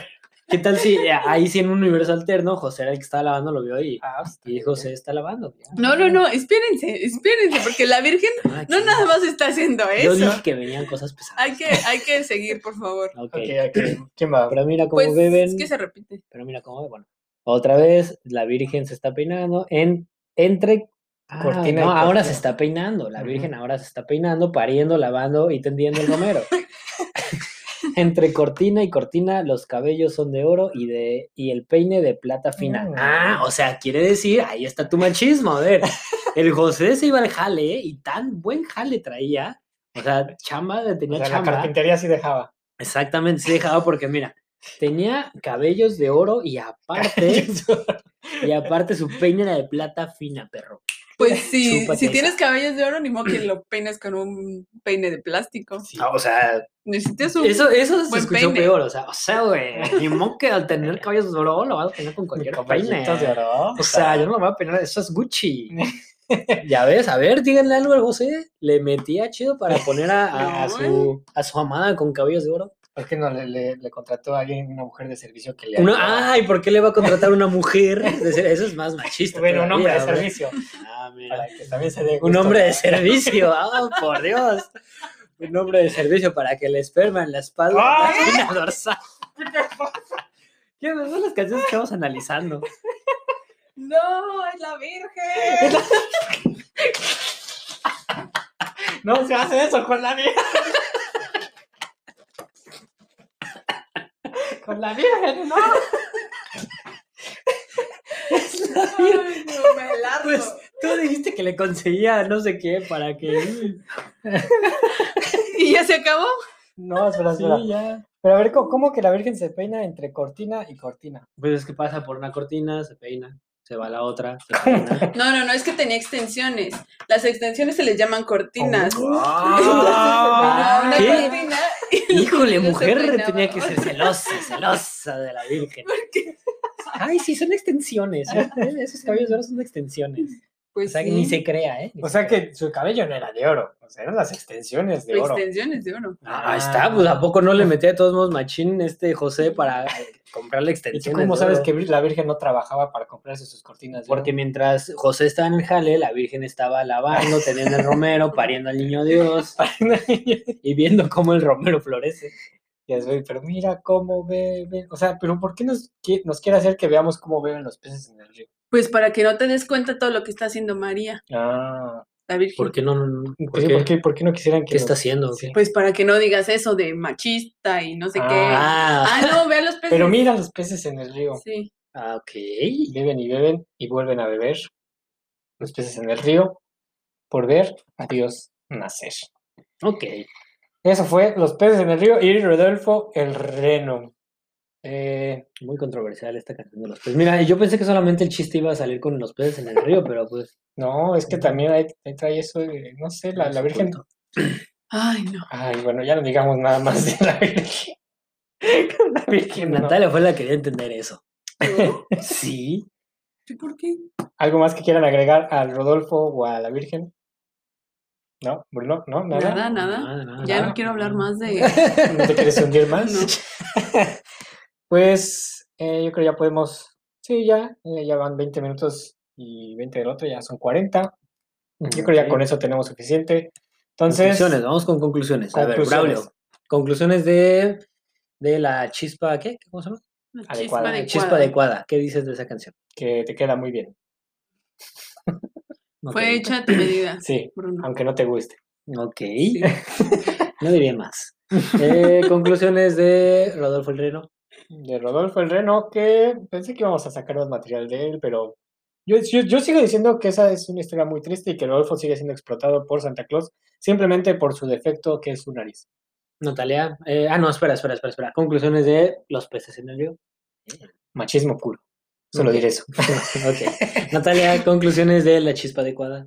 ¿Qué tal si ahí sí en un universo alterno José era el que estaba lavando, lo vio y Y José está lavando? Ya. No, espérense, porque la Virgen Ah, no sí. nada más está haciendo Yo eso. dije que venían cosas pesadas. Hay que seguir, por favor. Ok. Ok. ¿Quién va? Pero mira cómo Pues beben. es que se repite. Pero mira cómo, bueno. Otra vez la Virgen se está peinando entre Cortina y no, ahora cortina. se está peinando. La Ujú. Virgen ahora se está peinando, pariendo, lavando y tendiendo el romero. Entre cortina y cortina los cabellos son de oro y el peine de plata fina. O sea, quiere decir, ahí está tu machismo. A ver, el José se iba al jale y tan buen jale traía. O sea, tenía La chamba. carpintería sí dejaba. Exactamente, se dejaba porque mira, tenía cabellos de oro y aparte su peine era de plata fina, perro. Pues si Chúpate tienes esa. cabellos de oro, ni modo que lo peines con un peine de plástico. Sí. O sea, Necesitas un eso se buen escuchó peine. peor. O sea, güey, ni modo que al tener cabellos de oro lo vas a tener con cualquier peine. Caballitos de oro. O sea, yo no lo voy a peinar, eso es Gucci. Ya ves, a ver, díganle algo al José. Le metía chido para poner a su amada con cabellos de oro. ¿Por qué no le contrató a alguien, una mujer de servicio que le ayudara? Ay, ¿por qué le va a contratar una mujer? Eso es más machista. Bueno, un hombre de todavía, servicio. Mira. Para que también se dé Un gusto. hombre de servicio, por Dios. Un hombre de servicio para que el esperma en la espalda ¡Ay! y la dorsal. ¿Qué son las canciones que vamos analizando? No, es la Virgen. No se hace eso con la Virgen. Con la Virgen, no. Ay, no, me largo. Pues tú dijiste que le conseguía no sé qué para que. ¿Y ya se acabó? No, espera. Sí, ya. Pero a ver, ¿cómo que la Virgen se peina entre cortina y cortina? Pues es que pasa por una cortina, se peina, se va a la otra, se peina. No, es que tenía extensiones. Las extensiones se les llaman cortinas. Ah, Una ¿qué? cortina y Híjole, no se mujer peinaba. tenía que ser celosa de la Virgen. Ay, sí, son extensiones. Esos cabellos de oro son extensiones. Pues O sea, que sí. ni se crea, ¿eh? O sea que su cabello no era de oro, o sea, eran las extensiones de oro. Extensiones de oro. Ahí está, pues ¿a poco no le metía de todos modos machín José para comprarle ¿Y tú extensiones? cómo de sabes oro? que la Virgen no trabajaba para comprarse sus cortinas de oro? Porque mientras José estaba en el jale, la Virgen estaba lavando, teniendo el romero, pariendo al niño Dios y viendo cómo el romero florece. Ya sé, pero mira cómo beben. O sea, pero ¿por qué nos quiere hacer que veamos cómo beben los peces en el río? Pues para que no te des cuenta todo lo que está haciendo María, Ah, la Virgen. ¿Por qué no? ¿por qué no quisieran que ¿Qué está haciendo? Sí. Pues para que no digas eso de machista y no sé qué. No, vean los peces. Pero mira los peces en el río. Sí. Ok. Beben y beben y vuelven a beber. Los peces en el río por ver a Dios nacer. Ok. Eso fue Los peces en el río y Rodolfo el Reno. Muy controversial esta canción de los peces. Mira, yo pensé que solamente el chiste iba a salir con los peces en el río, pero pues. No, es que también ahí trae eso de, no sé, la Virgen. Ay, no. Ay, bueno, ya no digamos nada más de la Virgen. La Virgen, no. Natalia fue la que quería entender eso. ¿Yo? Sí. ¿Sí, por qué? ¿Algo más que quieran agregar al Rodolfo o a la Virgen? ¿No? Bruno, ¿no? ¿Nada? Nada. Ya no quiero hablar más de... ¿No te quieres hundir más? No. Pues yo creo ya podemos. Sí, ya van 20 minutos y 20 del otro, ya son 40. Yo creo ya con eso tenemos suficiente. Entonces, Conclusiones, vamos con conclusiones. A ver, conclusiones. Braulio. Conclusiones de la chispa, ¿qué? ¿Cómo se llama? Adecuada. Chispa adecuada. ¿Qué dices de esa canción? Que te queda muy bien. Fue hecha a tu medida, Sí, Bruno. aunque no te guste. Ok. No diré más. Conclusiones de Rodolfo el Reno. De Rodolfo el Reno, que pensé que íbamos a sacar más material de él, pero yo sigo diciendo que esa es una historia muy triste y que Rodolfo sigue siendo explotado por Santa Claus simplemente por su defecto que es su nariz. Natalia. No, espera. Conclusiones de los peces en el río. Machismo puro. Solo diré eso. Ok. Natalia, conclusiones de la chispa adecuada.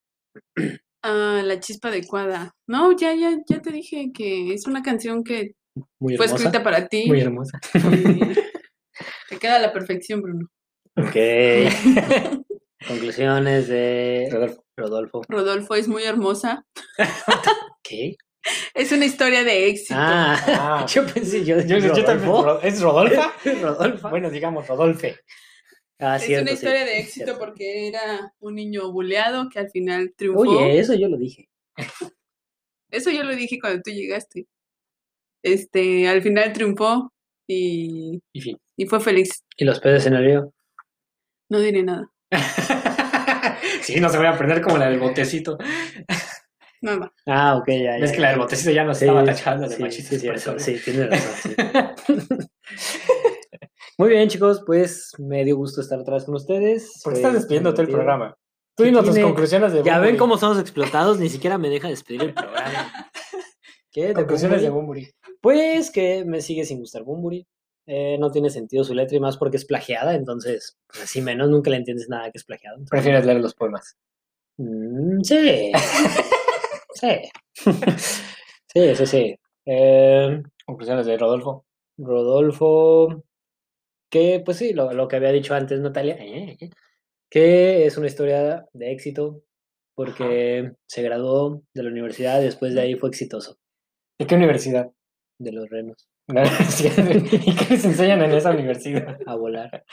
La chispa adecuada. No, ya te dije que es una canción que Muy fue hermosa. escrita para ti. Muy hermosa. y te queda a la perfección, Bruno. Ok. Conclusiones de Rodolfo. Rodolfo. Rodolfo es muy hermosa. ¿Qué? Es una historia de éxito. Ah. Yo pensé, yo también, Rodolfo. ¿es Rodolfa? Rodolfo. Bueno, digamos Rodolfe. Ah, Es cierto, una sí, historia de sí, éxito cierto. porque era un niño buleado que al final triunfó. Oye, eso yo lo dije. Eso yo lo dije cuando tú llegaste. Al final triunfó y Y fin. fue feliz. ¿Y los peces en el río? No diré nada. Sí, no se voy a aprender como la del botecito. Nada. Ah, ok, ya, Ves ya. que la del botecito ya nos Sí, estaba tachando de sí, machista. sí, cierto, supersónico. sí, tienes razón, sí. Muy bien, chicos, pues me dio gusto estar otra vez con ustedes. ¿Por qué Fue estás despidiendo tú el divertido. programa? Tú ¿Qué dinos tus tiene? conclusiones de Ya ven Bunbury. cómo somos explotados, ni siquiera me deja despedir el programa. ¿Qué? ¿De Conclusiones de Bunbury? Bunbury. Pues que me sigue sin gustar Bunbury. No tiene sentido su letra y más porque es plagiada, entonces, pues así menos, nunca le entiendes nada que es plagiado. Entonces, Prefieres leer los poemas. sí. Sí. Sí, sí, sí. Conclusiones de Rodolfo. Rodolfo, que pues sí, lo que había dicho antes Natalia, que es una historia de éxito porque se graduó de la universidad y después de ahí fue exitoso, ¿De qué universidad? de los renos, La universidad. ¿Y qué les enseñan en esa universidad? a volar.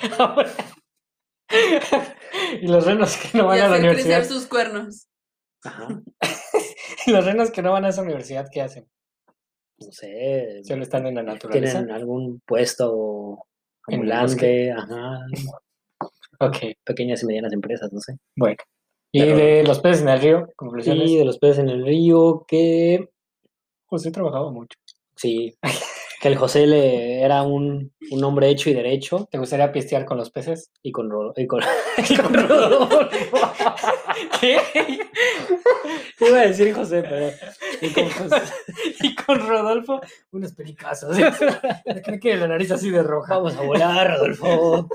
Y los renos que no Y van a la hacer universidad. crecer sus cuernos. Ajá, Y los renos que no van a esa universidad, ¿qué hacen? no sé, Solo están en la naturaleza. tienen algún puesto En el bosque. ambulante, ajá, Ok, pequeñas y medianas empresas, no sé. bueno. Y Pero- de los peces en el río, conclusiones. Y de los peces en el río, que Pues he trabajado mucho. sí, que el José era un hombre hecho y derecho ¿Te gustaría pistear con los peces? y con, y con, y con Rodolfo. ¿Qué? Iba a decir José, pero y con José. Y con Rodolfo, unos pericazos. Que me quede la nariz así de roja. Vamos a volar, Rodolfo.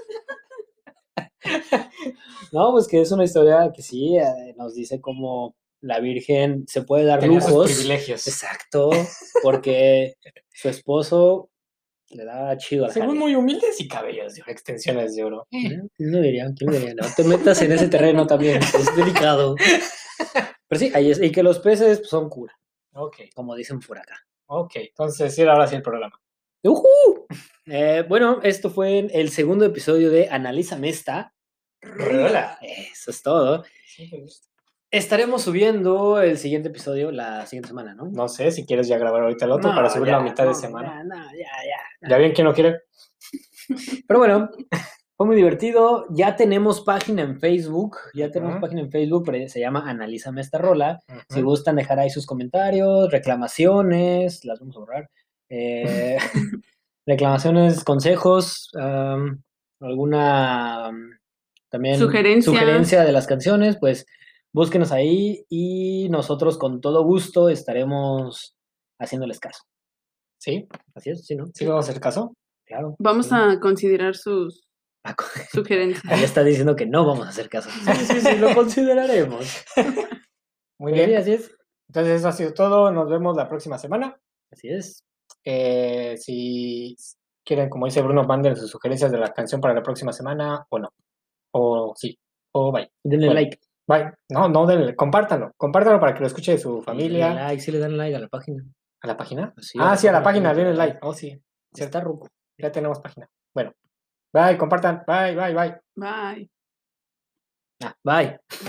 No, pues que es una historia que sí nos dice cómo la Virgen se puede dar Tenía sus lujos. privilegios. Exacto, porque su esposo le da chido al Según jale. muy humildes y cabellos de oro, extensiones de oro. ¿Quién lo diría? ¿Quién lo diría? No te metas en ese terreno también, es delicado. Pero sí, ahí es, y que los peces pues, son cura, Ok, como dicen por acá. ok. Entonces, sí, ahora sí el programa. ¡Ujú! Bueno, esto fue el segundo episodio de Analízame esta. Rola. Eso es todo. Sí, me gusta. Estaremos subiendo el siguiente episodio la siguiente semana, ¿no? No sé si quieres ya grabar ahorita el otro No, para subirlo ya, a mitad de no, semana. Ya. ¿Ya bien quién lo quiere? Pero bueno, fue muy divertido. Ya tenemos página en Facebook. Se llama Analízame esta rola. Si Ujú. gustan dejar ahí sus comentarios, reclamaciones, las vamos a borrar. Reclamaciones, consejos, alguna también sugerencia de las canciones, pues búsquenos ahí y nosotros con todo gusto estaremos haciéndoles caso. ¿Sí? Así es, sí, ¿no? ¿Sí vamos a hacer caso? Claro. Vamos sí. a considerar sus Ah, sugerencias. Ahí está diciendo que no vamos a hacer caso. Sí, lo consideraremos. Muy Pero sí, bien. así es. Entonces, eso ha sido todo. Nos vemos la próxima semana. Así es. Si quieren, como dice Bruno, manden sus sugerencias de la canción para la próxima semana o no. O sí. O bye. Denle Bueno, like. Bye. No, denle. Compártanlo. Compártanlo para que lo escuche su Denle familia. like, sí le dan like a la página. ¿A la página? Sí, Sí, a la página. denle Denle like. Oh, sí. Está ruco. Ya tenemos página. Bueno. Bye. Compartan. Bye. Bye. Bye.